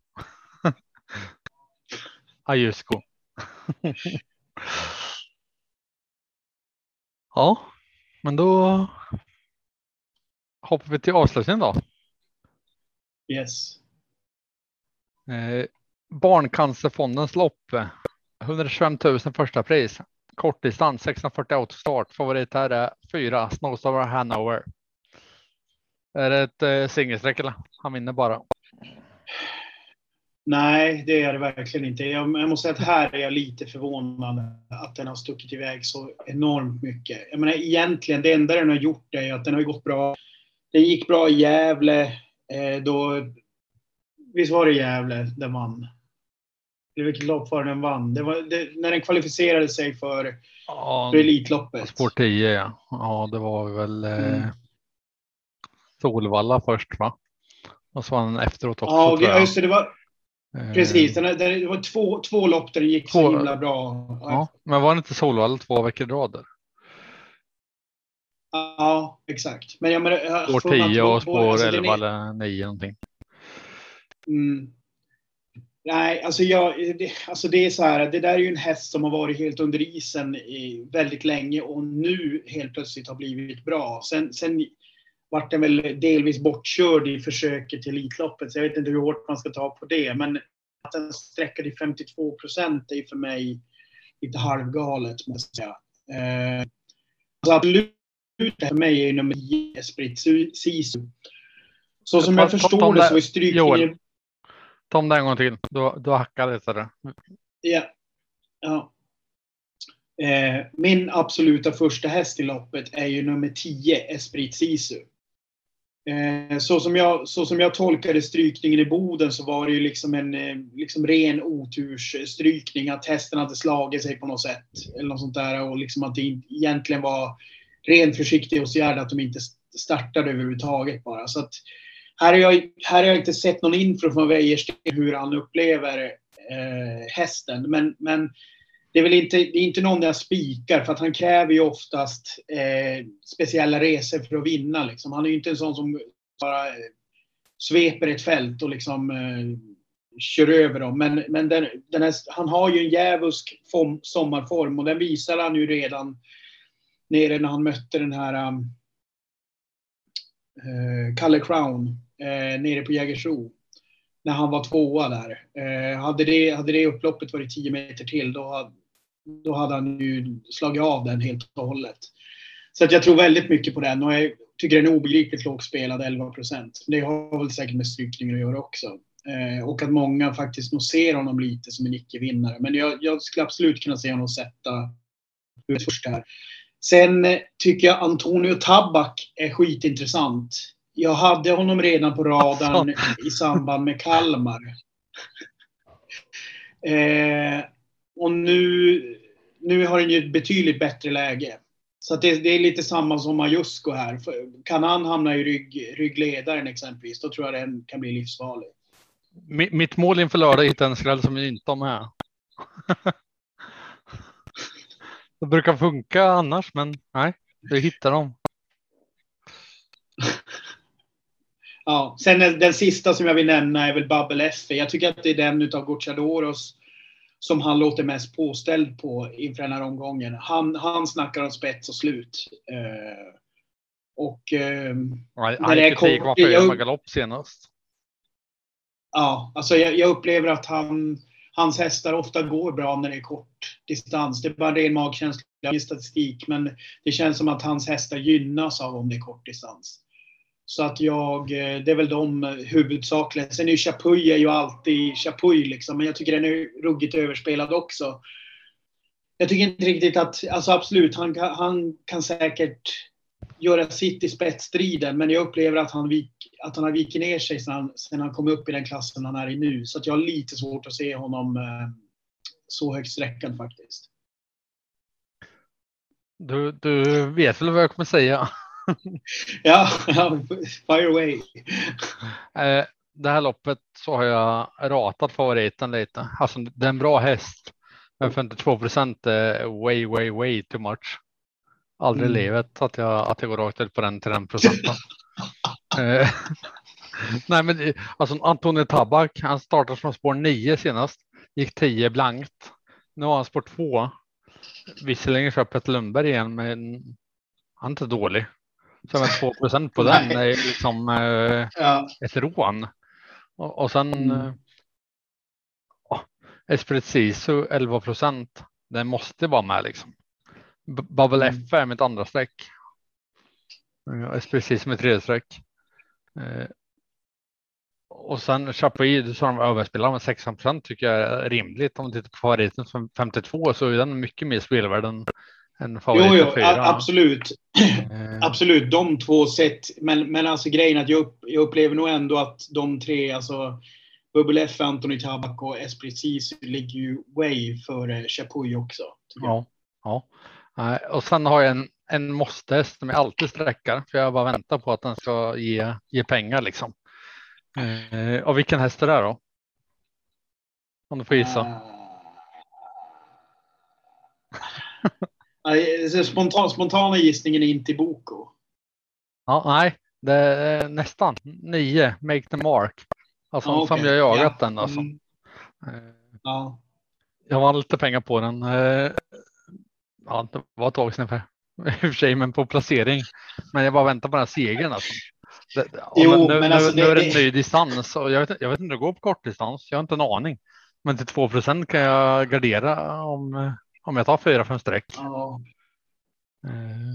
Ajusko. Ja, men då hoppar vi till avslutningen då. Yes. Eh, Barncancerfondens lopp. hundratjugofem tusen första pris. Kortdistans sexhundrafyrtio autostart. Favorit här är fyra Snowstormer Hanover. Är det ett eh, singelsträck eller? Han vinner bara. Nej, det är det verkligen inte. Jag, jag måste säga att här är jag lite förvånad att den har stuckit iväg så enormt mycket. Jag menar egentligen, det enda den har gjort är att den har gått bra. Den gick bra i Gävle. Eh, då, visst var det Gävle den vann? Det vilket lopp var den vann? Det var det, när den kvalificerade sig för, Ja, för Elitloppet. Sport tio, ja. Ja, det var väl eh, Mm. Solvalla först va? Och så var den efteråt också. Ja, tror jag. just det, det var Eh, precis. Den, den, det var två, två lopp där det gick Två- så himla bra. Ja, men var det inte Solvalla två veckor i rad där? Ja, exakt. Men jag menar, jag Spår får mig att tio det var- och spår alltså, den elva är- eller nio någonting. Mm. Nej, alltså, jag, det, alltså det är så här. Det där är ju en häst som har varit helt under isen i väldigt länge och nu helt plötsligt har blivit bra. Sen, sen vart den väl delvis bortkörd i försöket till Elitloppet. Så jag vet inte hur hårt man ska ta på det. Men att den sträcker till femtiotvå procent är för mig lite halvgalet, måste jag säga. Eh, så absolut för mig är nummer nio Esprit Sisu. Så som Ta- jag ta- förstår ta om det det- så är strykningen... Joel. Ta om det en gång till. Du, du hackar lite där. Ja. Ja. Eh, min absoluta första häst i loppet är ju nummer tio Esprit Sisu. Eh, så, som jag, så som jag tolkade strykningen i Boden så var det ju liksom en eh, liksom ren otursstrykning. Att hästen hade slagit sig på något sätt. Eller något sånt där. Och liksom att det egentligen var ren försiktighetsåtgärd att de inte startade överhuvudtaget bara. Så att här har jag, här har jag inte sett någon info från Wäjersten hur han upplever eh, hästen. Men, men det är väl inte, det är inte någon jag spikar för att han kräver ju oftast eh, speciella resor för att vinna. Liksom. Han är ju inte en sån som bara eh, sveper ett fält och liksom eh, kör över dem. Men, men den, den här, han har ju en djävulsk form, sommarform och den visar han ju redan nere när han mötte den här um, uh, Kalle Crown uh, nere på Jägersro. När han var tvåa där. Uh, hade, det, hade det upploppet varit tio meter till då hade, då hade han ju slagit av den helt och hållet. Så att jag tror väldigt mycket på den och jag tycker den är obegripligt lågspelad, elva procent. Det har väl säkert med strykningen att göra också. Uh, och att många faktiskt nog ser honom lite som en icke-vinnare. Men jag, jag skulle absolut kunna se honom sätta ut först här. Sen tycker jag Antonio Tabak är skitintressant. Jag hade honom redan på radarn i samband med Kalmar. eh, och nu, nu har han ju ett betydligt bättre läge. Så att det, det är lite samma som Ajusko här. För kan han hamna i rygg, ryggledaren exempelvis, då tror jag den kan bli livsfarlig. Mi- Mitt mål inför lördag är att hitta en skräll som inte har med. Det brukar funka annars, men nej, vi hittar dem. Ja, sen den, den sista som jag vill nämna är väl Babel F. Jag tycker att det är den utav Gocciadoros som han låter mest påställd på inför den här omgången. Han, han snackar om spets och slut. Eh, och... Eh, Nej, när han det är gick tio komma kort- fyra jag- med galopp senast. Ja, alltså jag, jag upplever att han, hans hästar ofta går bra när det är kort distans. Det är bara ren magkänsla i statistik, men det känns som att hans hästar gynnas av om det är kort distans. Så att jag, det är väl de huvudsakligen. Sen är ju Chapuis är ju alltid Chapuis liksom, men jag tycker den är ruggigt överspelad också. Jag tycker inte riktigt att, alltså absolut, han, han kan säkert göra sitt i spetsstriden, men jag upplever att han, vik, att han har vikit ner sig sedan han, sedan han kom upp i den klassen han är i nu. Så att jag har lite svårt att se honom eh, så högt sträckad faktiskt. Du, du vet väl vad jag kommer säga? Ja, fire away. Eh, det här loppet så har jag ratat favoriten lite. Alltså det är en bra häst. Men femtiotvå procent är way, way, way too much. Aldrig i Mm. livet att jag, att jag går rakt ut på den till den procenten. eh, nej men alltså Antonio Tabak, han startade från spår nio senast. Gick tio blankt. Nu har han spår två. Visserligen kör Petter Lundberg igen, men han är inte dålig. Så med två procent på den är liksom eh, Ja. ett rån. Och, och sen Mm. eh, oh, Esprit Sisu elva procent. Den måste vara med liksom. B- Bubble Mm. F är mitt andra streck. Eh, Esprit Sisu med tredje streck. Eh, och sen Chapuis, du sa de överspelar med sexton procent tycker jag är rimligt. Om man tittar på favoriten som femtiotvå så är den mycket mer spelvärd än, än favoriten Jo, jo, fyra. a- absolut. Eh, Absolut, de två sätt. Men, men alltså grejen är att jag, upp, jag upplever nog ändå att de tre, alltså Bubble F, Anthony Tabak och Esprit Sisu ligger ju way före Chapuis också. tycker jag. Ja, ja. Nej, och sen har jag en, en måste-häst som jag alltid sträckar. För jag bara väntar på att den ska ge, ge pengar liksom. Eh, och vilken häst är det då? Om du får gissa. Nej, så spontan, spontana gissningen är inte Boko. Ja, nej, det är nästan nio. Make the mark. Alltså Ja, som okej. jag jagat Ja. den alltså. Mm. Eh, Ja. jag har lite pengar på den. Eh, ja, det var ett tag sedan för, i och för sig, men på placering. Men jag bara väntar på den här segern alltså. Det, Jo, men nu, men alltså nu, det- nu är det en det- ny distans och jag vet, jag vet inte hur det går på kortdistans. Jag har inte en aning. Men till två procent kan jag gardera om, om jag tar fyra fem streck. Ja. Eh,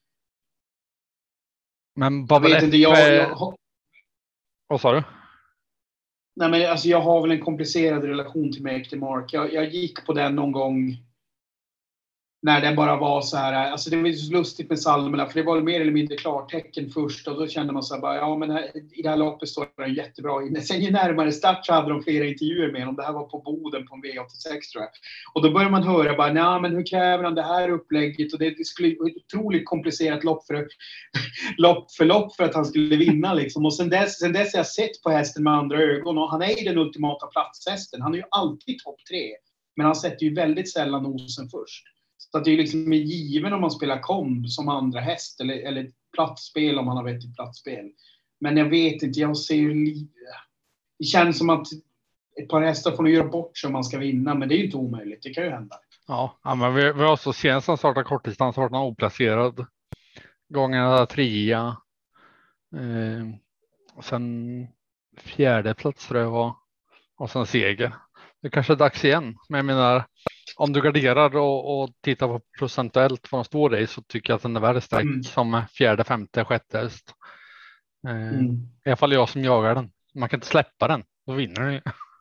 Men Jag Bubble vet F, inte, jag, eh, jag, har- vad sa du? nej, men alltså jag har väl en komplicerad relation till Make the Mark. Jag, jag gick på den någon gång när den bara var så här. Alltså det var ju så lustigt med Salmela, för det var mer eller mindre klartecken först och då kände man så här bara, ja men här, i det här loppet står den jättebra inne. Sen ju närmare start så hade de flera intervjuer med honom. Det här var på Boden på en V åttiosex tror jag. Och då började man höra bara, nej men hur kräver han det här upplägget? Och det, det skulle vara ett otroligt komplicerat lopp för, lopp för lopp för att han skulle vinna liksom. Och sen dess, sen dess har jag sett på hästen med andra ögon och han är ju den ultimata platshästen. Han är ju alltid topp tre. Men han sätter ju väldigt sällan nosen först. Så att det är liksom given om man spelar komb som andra häst eller, eller platsspel om man har vettigt platsspel. Men jag vet inte, jag ser ju li- det känns som att ett par hästar får nog göra bort sig om man ska vinna, men det är ju inte omöjligt, det kan ju hända. Ja, ja men vi, vi har så senast han startade kortdistans har han oplacerad. Gången trea. Eh, och sen fjärde plats tror jag var. Och sen seger. Det kanske är dags igen. Men jag menar, om du garderar och, och tittar på procentuellt vad de står i så tycker jag att den är värre stark Mm. som fjärde, femte, sjätte häst. Eh, Mm. I alla fall jag som jagar den. Man kan inte släppa den. Då vinner den ju.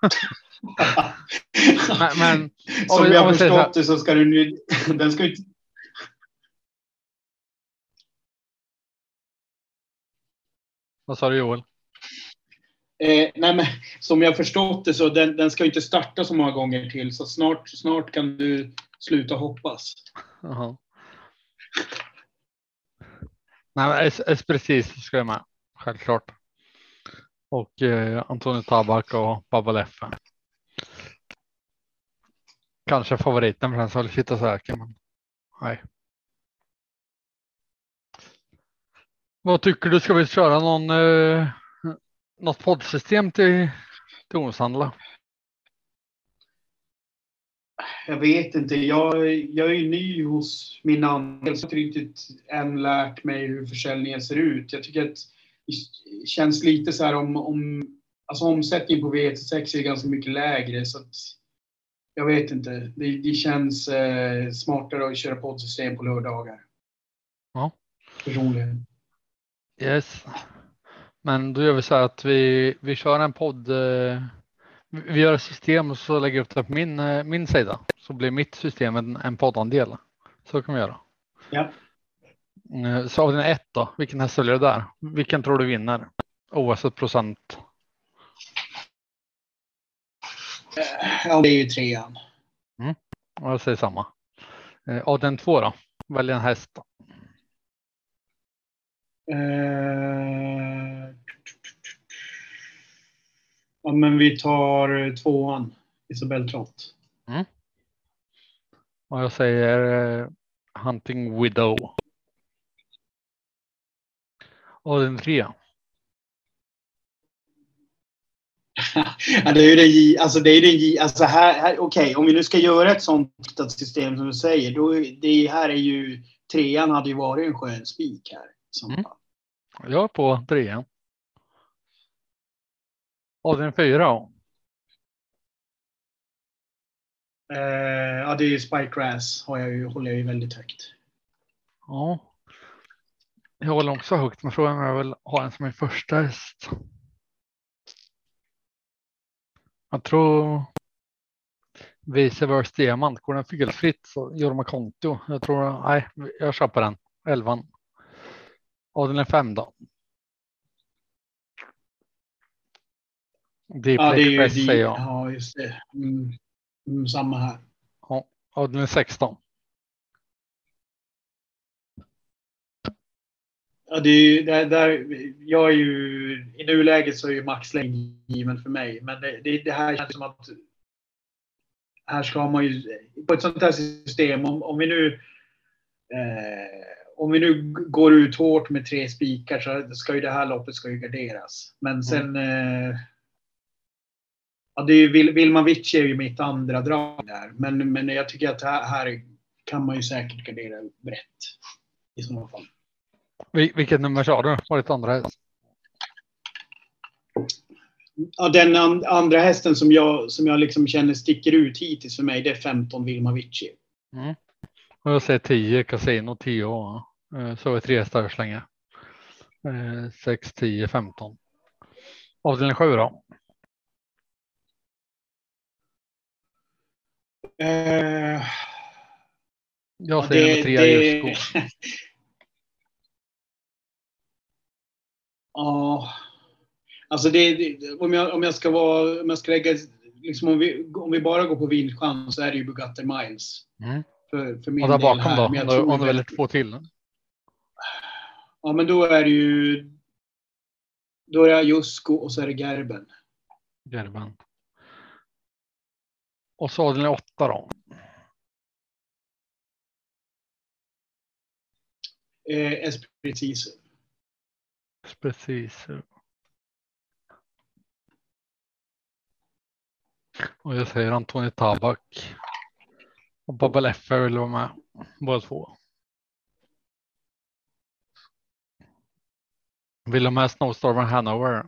men, men Som om vi- jag om har vi säger så här- förstått det så ska du nu... Den ska ju inte... Vad sa du Joel? Eh, nej men, som jag har förstått det så den, den ska ju inte starta så många gånger till. Så snart, snart kan du sluta hoppas. Jaha. Nej, men es- es- precis ska jag med. Självklart. Och eh, Antonio Tabak och Bubble F. Kanske favoriten för den som vill sitta säker. Men nej. Vad tycker du? Ska vi köra någon eh, något poddsystem till, till onsdagen? Jag vet inte. Jag, jag är ju ny hos min andel. Så jag har inte riktigt än lärt mig hur försäljningen ser ut. Jag tycker att det känns lite så här om... om alltså omsättningen på V åttiosex är ganska mycket lägre. Så att jag vet inte. Det, det känns eh, smartare att köra poddsystem på lördagar. Ja. Personligen. Yes. Men då gör vi så här att vi, vi kör en podd. Eh, vi gör ett system och så lägger jag upp det på min, eh, min sida. Så blir mitt system en, en poddandel. Så kan vi göra. Ja. Eh, Så av den ett då, vilken häst väljer du där? Vilken tror du vinner? Oavsett procent. Ja, det är ju trean. Mm. Jag säger samma. Eh, Av den två då, välj en häst. Eh, ja, men vi tar tvåan. Isabel Trott. Mm. Och jag säger eh, Hunting Widow. Och den tre. Ja, det är ju den, alltså det är den, alltså här, här okej, okay, om vi nu ska göra ett sånt system som du säger, då det här är ju trean hade ju varit en skön spik här. Mm. Jag är på trean. Och den fyra då? Eh, ja, det är ju Spike Grass har jag ju, håller jag ju väldigt högt. Ja. Jag håller också högt, men frågan är om jag vill ha en som min första häst. Jag tror vice versa diamant. Går den felfritt så gör de konto. Jag tror, nej, jag kör på den. elvan. Och den är fem då. Deep Ja, det är ju Express säger jag. Ja, just det. Mm, mm, samma här. Ja, och den är sexton. Ja, det är ju, där, där, jag är ju, i nuläget så är ju maxlängd given för mig. Men det, det, det här känns som att här ska man ju, på ett sånt här system, om, om vi nu eh, om vi nu går ut hårt med tre spikar så ska ju det här loppet ska ju garderas. Men sen mm. eh, ja, det är ju, Vilma Vici är ju mitt andra drag där. Men, men jag tycker att här, här kan man ju säkert gardera brett i sådana fall. Vil- vilket nummer sa du? Var det andra häst? Ja, den and, andra hästen som jag, som jag liksom känner sticker ut hittills för mig, det är femton Vilma Vici. Mm. Och jag säger tio Casino, tio. Så är tre hästar jag slänger. sex, tio, femton. Avdelning sju då? Uh, jag säger ja, nummer tre det... Ja, alltså det, det, om, jag, om jag ska vara, om jag ska lägga, liksom om, vi, om vi bara går på vinstchans så är det ju Bugatti Miles. Mm. För, för min och där bakom här. då? Men jag om tror du väljer två till? Ja, men då är det ju då är det Jusko och så är det Gerben. Gerben. Och så avdelning åtta då? Eh, Esprit Sisu. Precis. Och jag säger Antoni Tabak. Och Babel F vill vara med. Båda två. Vill de med Snowstorm Hanover?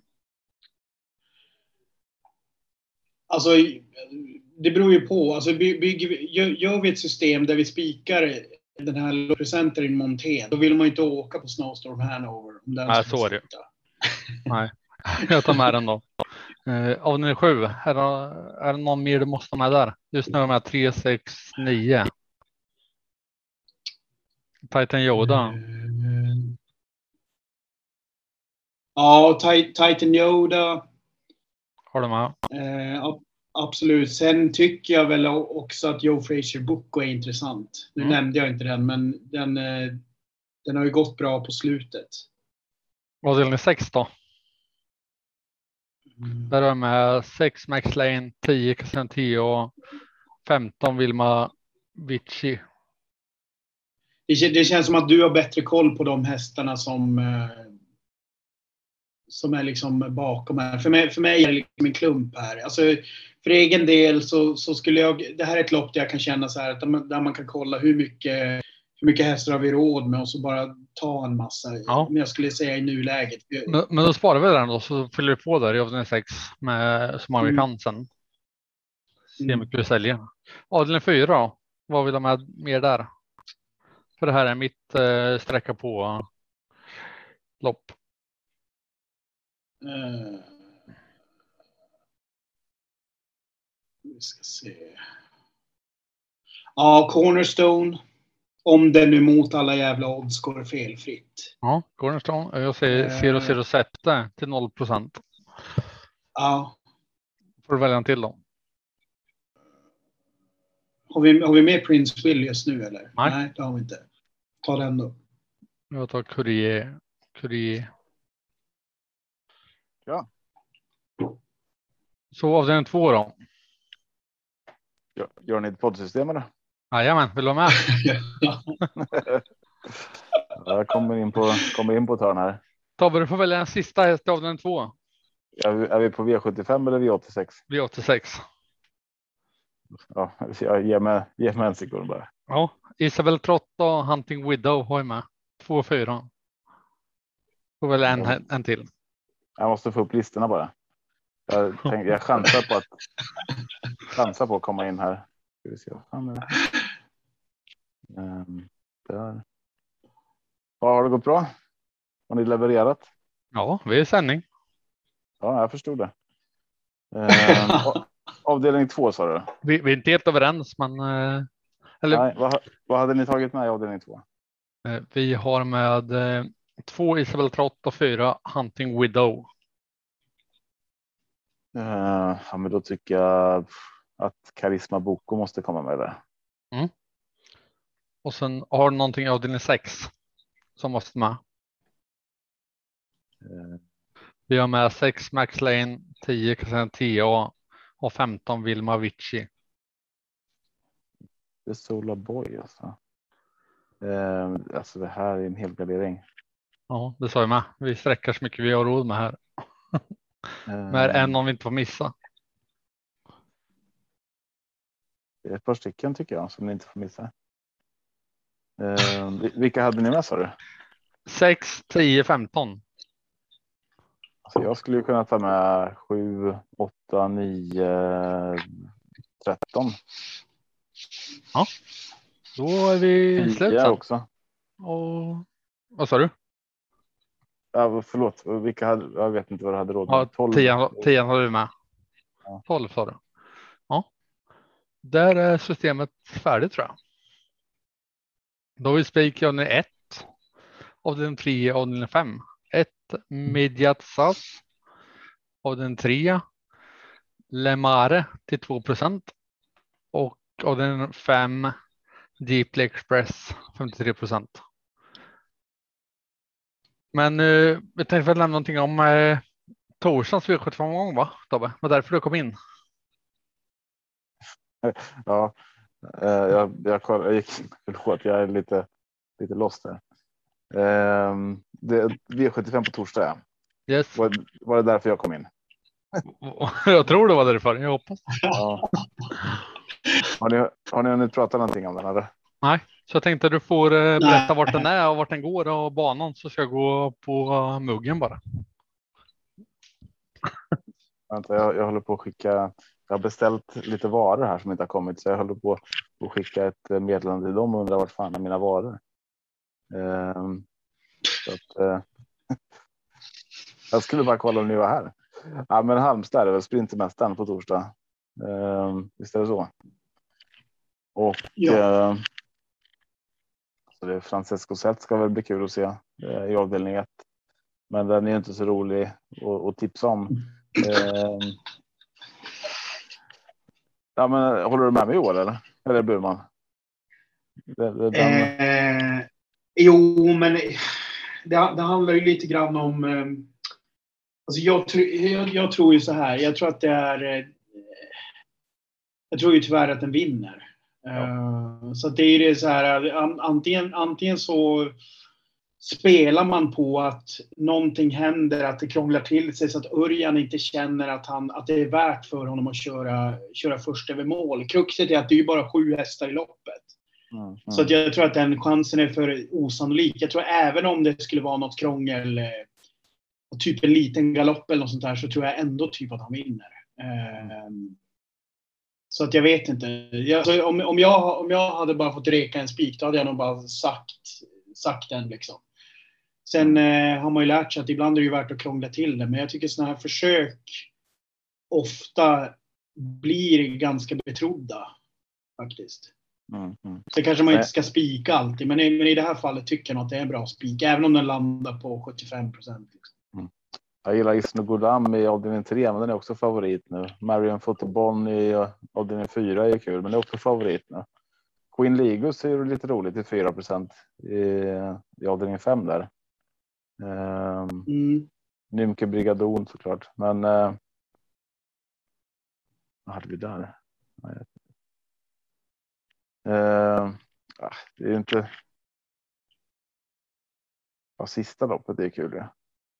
Alltså, det beror ju på. Alltså, bygger vi, gör, gör vi ett system där vi spikar den här presenter i Montén, då vill man ju inte åka på Snowstorm Hanover. Om den Nej, så är det. Nej, jag tar med den då. Eh, av den är sju. Är det, är det någon mer du måste ha med där? Just nu är jag med tre, sex, nio. Titan Yoda. Mm. Ja, Titan Yoda. Har du med? Eh, absolut. Sen tycker jag väl också att Joe Frazier Boko är intressant. Nu mm. nämnde jag inte den, men den, den har ju gått bra på slutet. Avdelning sex då? Mm. Där är jag med sex Max Lane, tio Casino och femton Vilma Vici. Det, det känns som att du har bättre koll på de hästarna som som är liksom bakom här. För mig, för mig är det liksom en klump här. Alltså, för egen del så, så skulle jag, det här är ett lopp där jag kan känna så här att där man kan kolla hur mycket, hur mycket hästar har vi råd med och så bara ta en massa. Ja. Men jag skulle säga i nuläget. Men, men då sparar vi den då, så fyller vi på där i avdelning sex med så många vi kan sen. Se hur mycket vi säljer. Avdelning fyra då? Vad vill de ha mer där? För det här är mitt eh, sträcka på uh, lopp. Uh, vi ska se. Ja, Cornerstone. Om den nu mot alla jävla odds går felfritt. Ja, Cornerstone. Jag säger zero zero sette till noll procent. Ja. Får du välja en till då? Har vi, har vi med Prince Will just nu eller? Nej. Nej, det har vi inte. Ta den då. Jag tar Courier. Courier. Ja. Så avdelning två då. Gör, gör ni ett poddsystem eller? Jajamän, vill du vara med? Jag kommer in på, kommer in på törn här. Tobbe, du får välja en sista häst i avdelning två. Är vi, är vi på V sjuttiofem eller V åttiosex? V åttiosex. Ja, jag ger mig, ger mig en sekund bara. Ja, Isabel Trott och Hunting Widow har jag med. Två och fyra. Får välja en, Ja. en till. Jag måste få upp listorna bara. Jag, tänk, jag chansar på att chansar på att komma in här. Ska vi se vad fan är det? Um, där. Ja, har det gått bra? Har ni levererat? Ja, vi är i sändning. Ja, jag förstod det. Um, avdelning två sa du? Vi, vi är inte helt överens, men... eh, Eller Nej, vad, vad hade ni tagit med i avdelning två? eh, vi har med eh, två Isabel Trott och fyra Hunting Widow. Uh, ja, men då tycker jag att Karisma Boko måste komma med där. Mm. Och sen har du någonting i avdelning sex som måste med. Uh, Vi har med sex Max Lane, tio Cassandra T A och femton Vilma Vici. det är Sola Boy alltså. Uh, alltså det här är en hel gardering. Ja, det sa jag med. Vi sträcker så mycket vi har råd med här. Uh, Men en om vi inte får missa. Det är ett par stycken tycker jag som ni inte får missa. Uh, vilka hade ni med sa du? sex, tio, femton. Alltså jag skulle ju kunna ta med sju, åtta, nio, tretton. Ja, då är vi slut tio sen. också. Och vad sa du? Ja, förlåt. Vilka hade, jag vet inte vad du hade råd med. Ja, tolv. tio har du med. Ja. tolv sa du. Ja. Där är systemet färdigt tror jag. Då har vi spik i avdelning ett. Avdelning tre, avdelning fem. ett Midjatsas. Avdelning tre. Lemare till två procent. Och avdelning fem. Deeply Express femtiotre procent. Men uh, vi tänkte väl nämna någonting om uh, torsdagens V sjuttiofem-gång va, Tobbe? Det var därför du kom in. Ja, eh, jag, jag, koll, jag gick, förlåt, jag är lite, lite lost här. Eh, det, V sjuttiofem på torsdag. Yes. Var, var det därför jag kom in? Jag tror det var därför, jag hoppas. Ja. Har ni, har ni hunnit prata någonting om den eller? Nej, så jag tänkte att du får uh, berätta vart den är och vart den går och banan så ska jag gå på uh, muggen bara. Vänta, jag, jag håller på att skicka. Jag har beställt lite varor här som inte har kommit så jag håller på att skicka ett meddelande till dem och undrar vart fan är mina varor. Um, så att, uh, jag skulle bara kolla om ni var här. Ja, men Halmstad är väl sprintermästaren på torsdag. Um, visst är det så? Och Ja. uh, så det är Francesco Zet ska väl bli kul att se uh, i avdelning ett. Men den är inte så rolig att, att tipsa om. Um, ja, men håller du med mig i år eller? Eller Burman? Det, det, den... eh, jo, men det, det handlar ju lite grann om... Eh, alltså jag, jag, jag tror ju så här. Jag tror att det är... Eh, jag tror ju tyvärr att den vinner. Ja. Eh, så att det är det så här. Antingen, antingen så spelar man på att någonting händer, att det krånglar till sig så att Örjan inte känner att, han, att det är värt för honom att köra, köra först över mål. Kruxet är att det är bara sju hästar i loppet. Mm, mm. Så att jag tror att den chansen är för osannolik. Jag tror även om det skulle vara något krångel, typ en liten galopp eller något sånt där, så tror jag ändå typ att han vinner. Mm. Så att jag vet inte. Jag, om, om, jag, om jag hade bara fått reka en spik, då hade jag nog bara sagt, sagt den liksom. Sen eh, har man ju lärt sig att ibland är det ju värt att krångla till det. Men jag tycker sådana här försök ofta blir ganska betrodda faktiskt. Mm, mm. Så kanske man inte Nej. ska spika alltid. Men i, men i det här fallet tycker jag nog att det är en bra spik. Även om den landar på sjuttiofem procent. Liksom. Mm. Jag gillar Isno Godam i avdelning tre, men den är också favorit nu. Marion Fotobon i avdelning fyra är kul, men det är också favorit nu. Queen Ligus är ju lite roligt i fyra procent i, i avdelning fem där. Um, Mm. Nymke Brigadon såklart, men uh, vad hade vi där? Uh, det är ju inte. Ja, sista loppet är kul. Ja.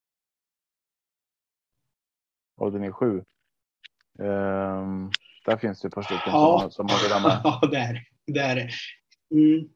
Avdelning sju. Um, där finns det ett par stycken ja. som, som har velat med. Ja, där. Där. Mm.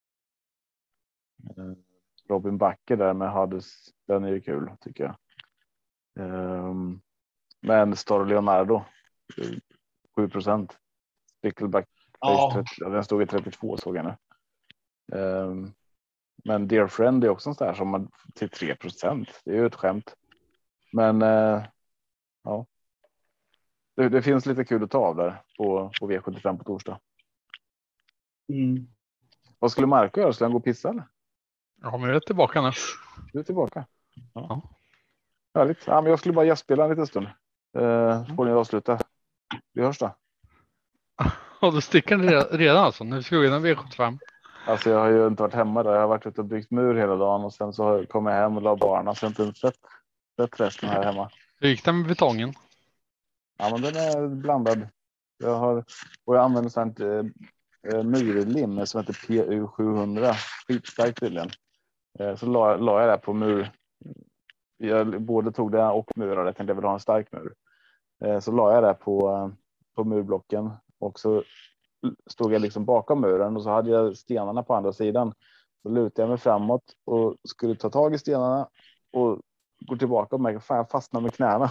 Robin Backe där med Hades, den är ju kul tycker jag. Um, men Star Leonardo sju procent. Spickleback Ja. trettio, den stod i trettiotvå såg jag nu. Um, men Dear Friend är också en sån där som man till tre procent. Det är ju ett skämt. Men uh, ja. Det, det finns lite kul att ta av där på, på V sjuttiofem på torsdag. Mm. Vad skulle Marco göra? Skulle han gå och pissa eller? Ja, men jag är tillbaka nu. Du är tillbaka. Ja. Ja. Härligt. Ja, men jag skulle bara gästspela en liten stund. Eh, får ni avsluta. Vi hörs då. Och då sticker den redan alltså. Nu ska vi in V sjuttiofem. Alltså jag har ju inte varit hemma där. Jag har varit ute och byggt mur hela dagen. Och sen så kom jag hem och la barnen. Så jag har inte sett, sett resten här hemma. Hur gick det med betongen? Ja, men den är blandad. Jag har, och jag använder sånt eh, murlim som heter P U sjuhundra. Skitstarkt tydligen. Eh, så la, la jag det på mur. Jag både tog det och murade. Jag tänkte jag vill ha en stark mur. Eh, så la jag det på, på murblocken. Och så stod jag liksom bakom muren. Och så hade jag stenarna på andra sidan. Så lutade jag mig framåt. Och skulle ta tag i stenarna. Och gå tillbaka och märka. Fan, jag fastnade med knäna.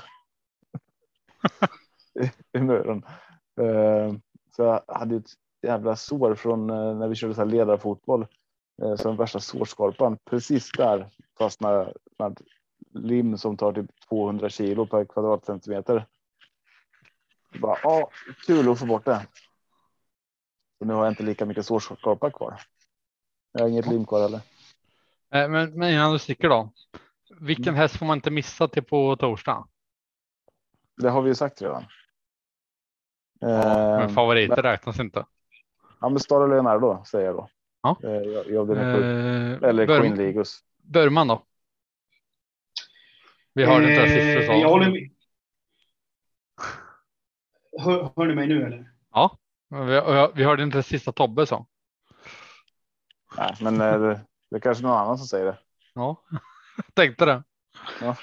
I, i muren. Eh, så jag hade ett jävla sår från eh, när vi körde så här ledarfotboll. Eh, så den värsta sårskorpan. Precis där fastnade lim som tar typ tvåhundra kilo per kvadratcentimeter. Bara, ja, kul att få bort det. Så nu har jag inte lika mycket sårskorpa kvar. Jag har inget lim kvar heller. Eh, men, men innan du sticker då. Vilken Mm. häst får man inte missa till på torsdag? Det har vi ju sagt redan. Ja, Eh, men favoriter men, räknas inte. ja, men Star Leonardo säger jag då. Ja. Eh, jag, jag eh, Eller Bör, Queen Ligus. Börman då? Vi har inte Eh, sista jag håller med. Hör, hör ni mig nu eller? Ja, vi, vi hörde inte sista Tobbe så. Nej, men eh, det, det är kanske någon annan som säger det. Ja, tänkte det. Ja.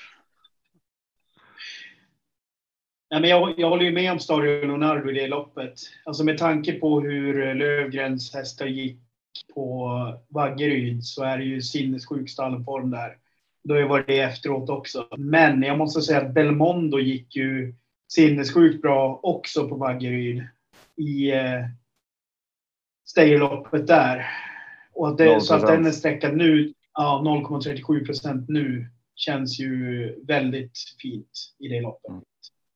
Nej, men jag, jag håller ju med om Star Leonardo i det loppet. Alltså med tanke på hur Lövgrens hästar gick på Vaggeryd så är det ju sinnessjuk stallform där. Då har jag varit det efteråt också. Men jag måste säga att Belmondo gick ju sinnessjukt bra också på Vaggeryd i eh, stejloppet där. Och att det, så att den är sträckad nu, ja, noll komma trettiosju procent nu känns ju väldigt fint i det loppet. Mm.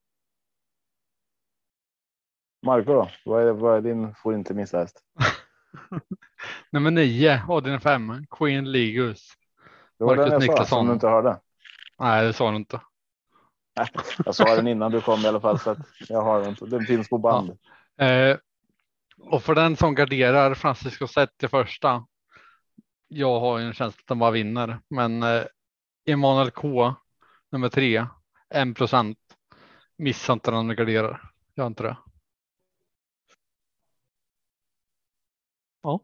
Marco då? Vad är, vad är din får inte missa häst? Nummer nio, avdelning fem, Queen Ligus. Det var Marcus den jag Niklasson. sa som du inte hörde. Nej, det sa du inte. Jag sa den innan du kom i alla fall så att jag har den. Den finns på band. Ja. Eh, och för den som garderar Francisco Zet till första. Jag har ju en känsla att den bara vinner. Men eh, Emanuel K, nummer tre, en procent. Missar inte den med garderar. Jag inte det. Ja.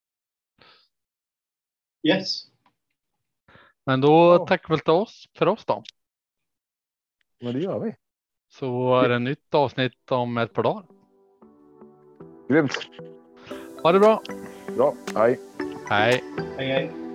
Yes. Men då oh. tack väl till oss för oss då. Men det gör vi. Så är det ett nytt avsnitt om ett par dagar. Grymt. Ha det bra. Bra. Hej. Hej. Hej hej.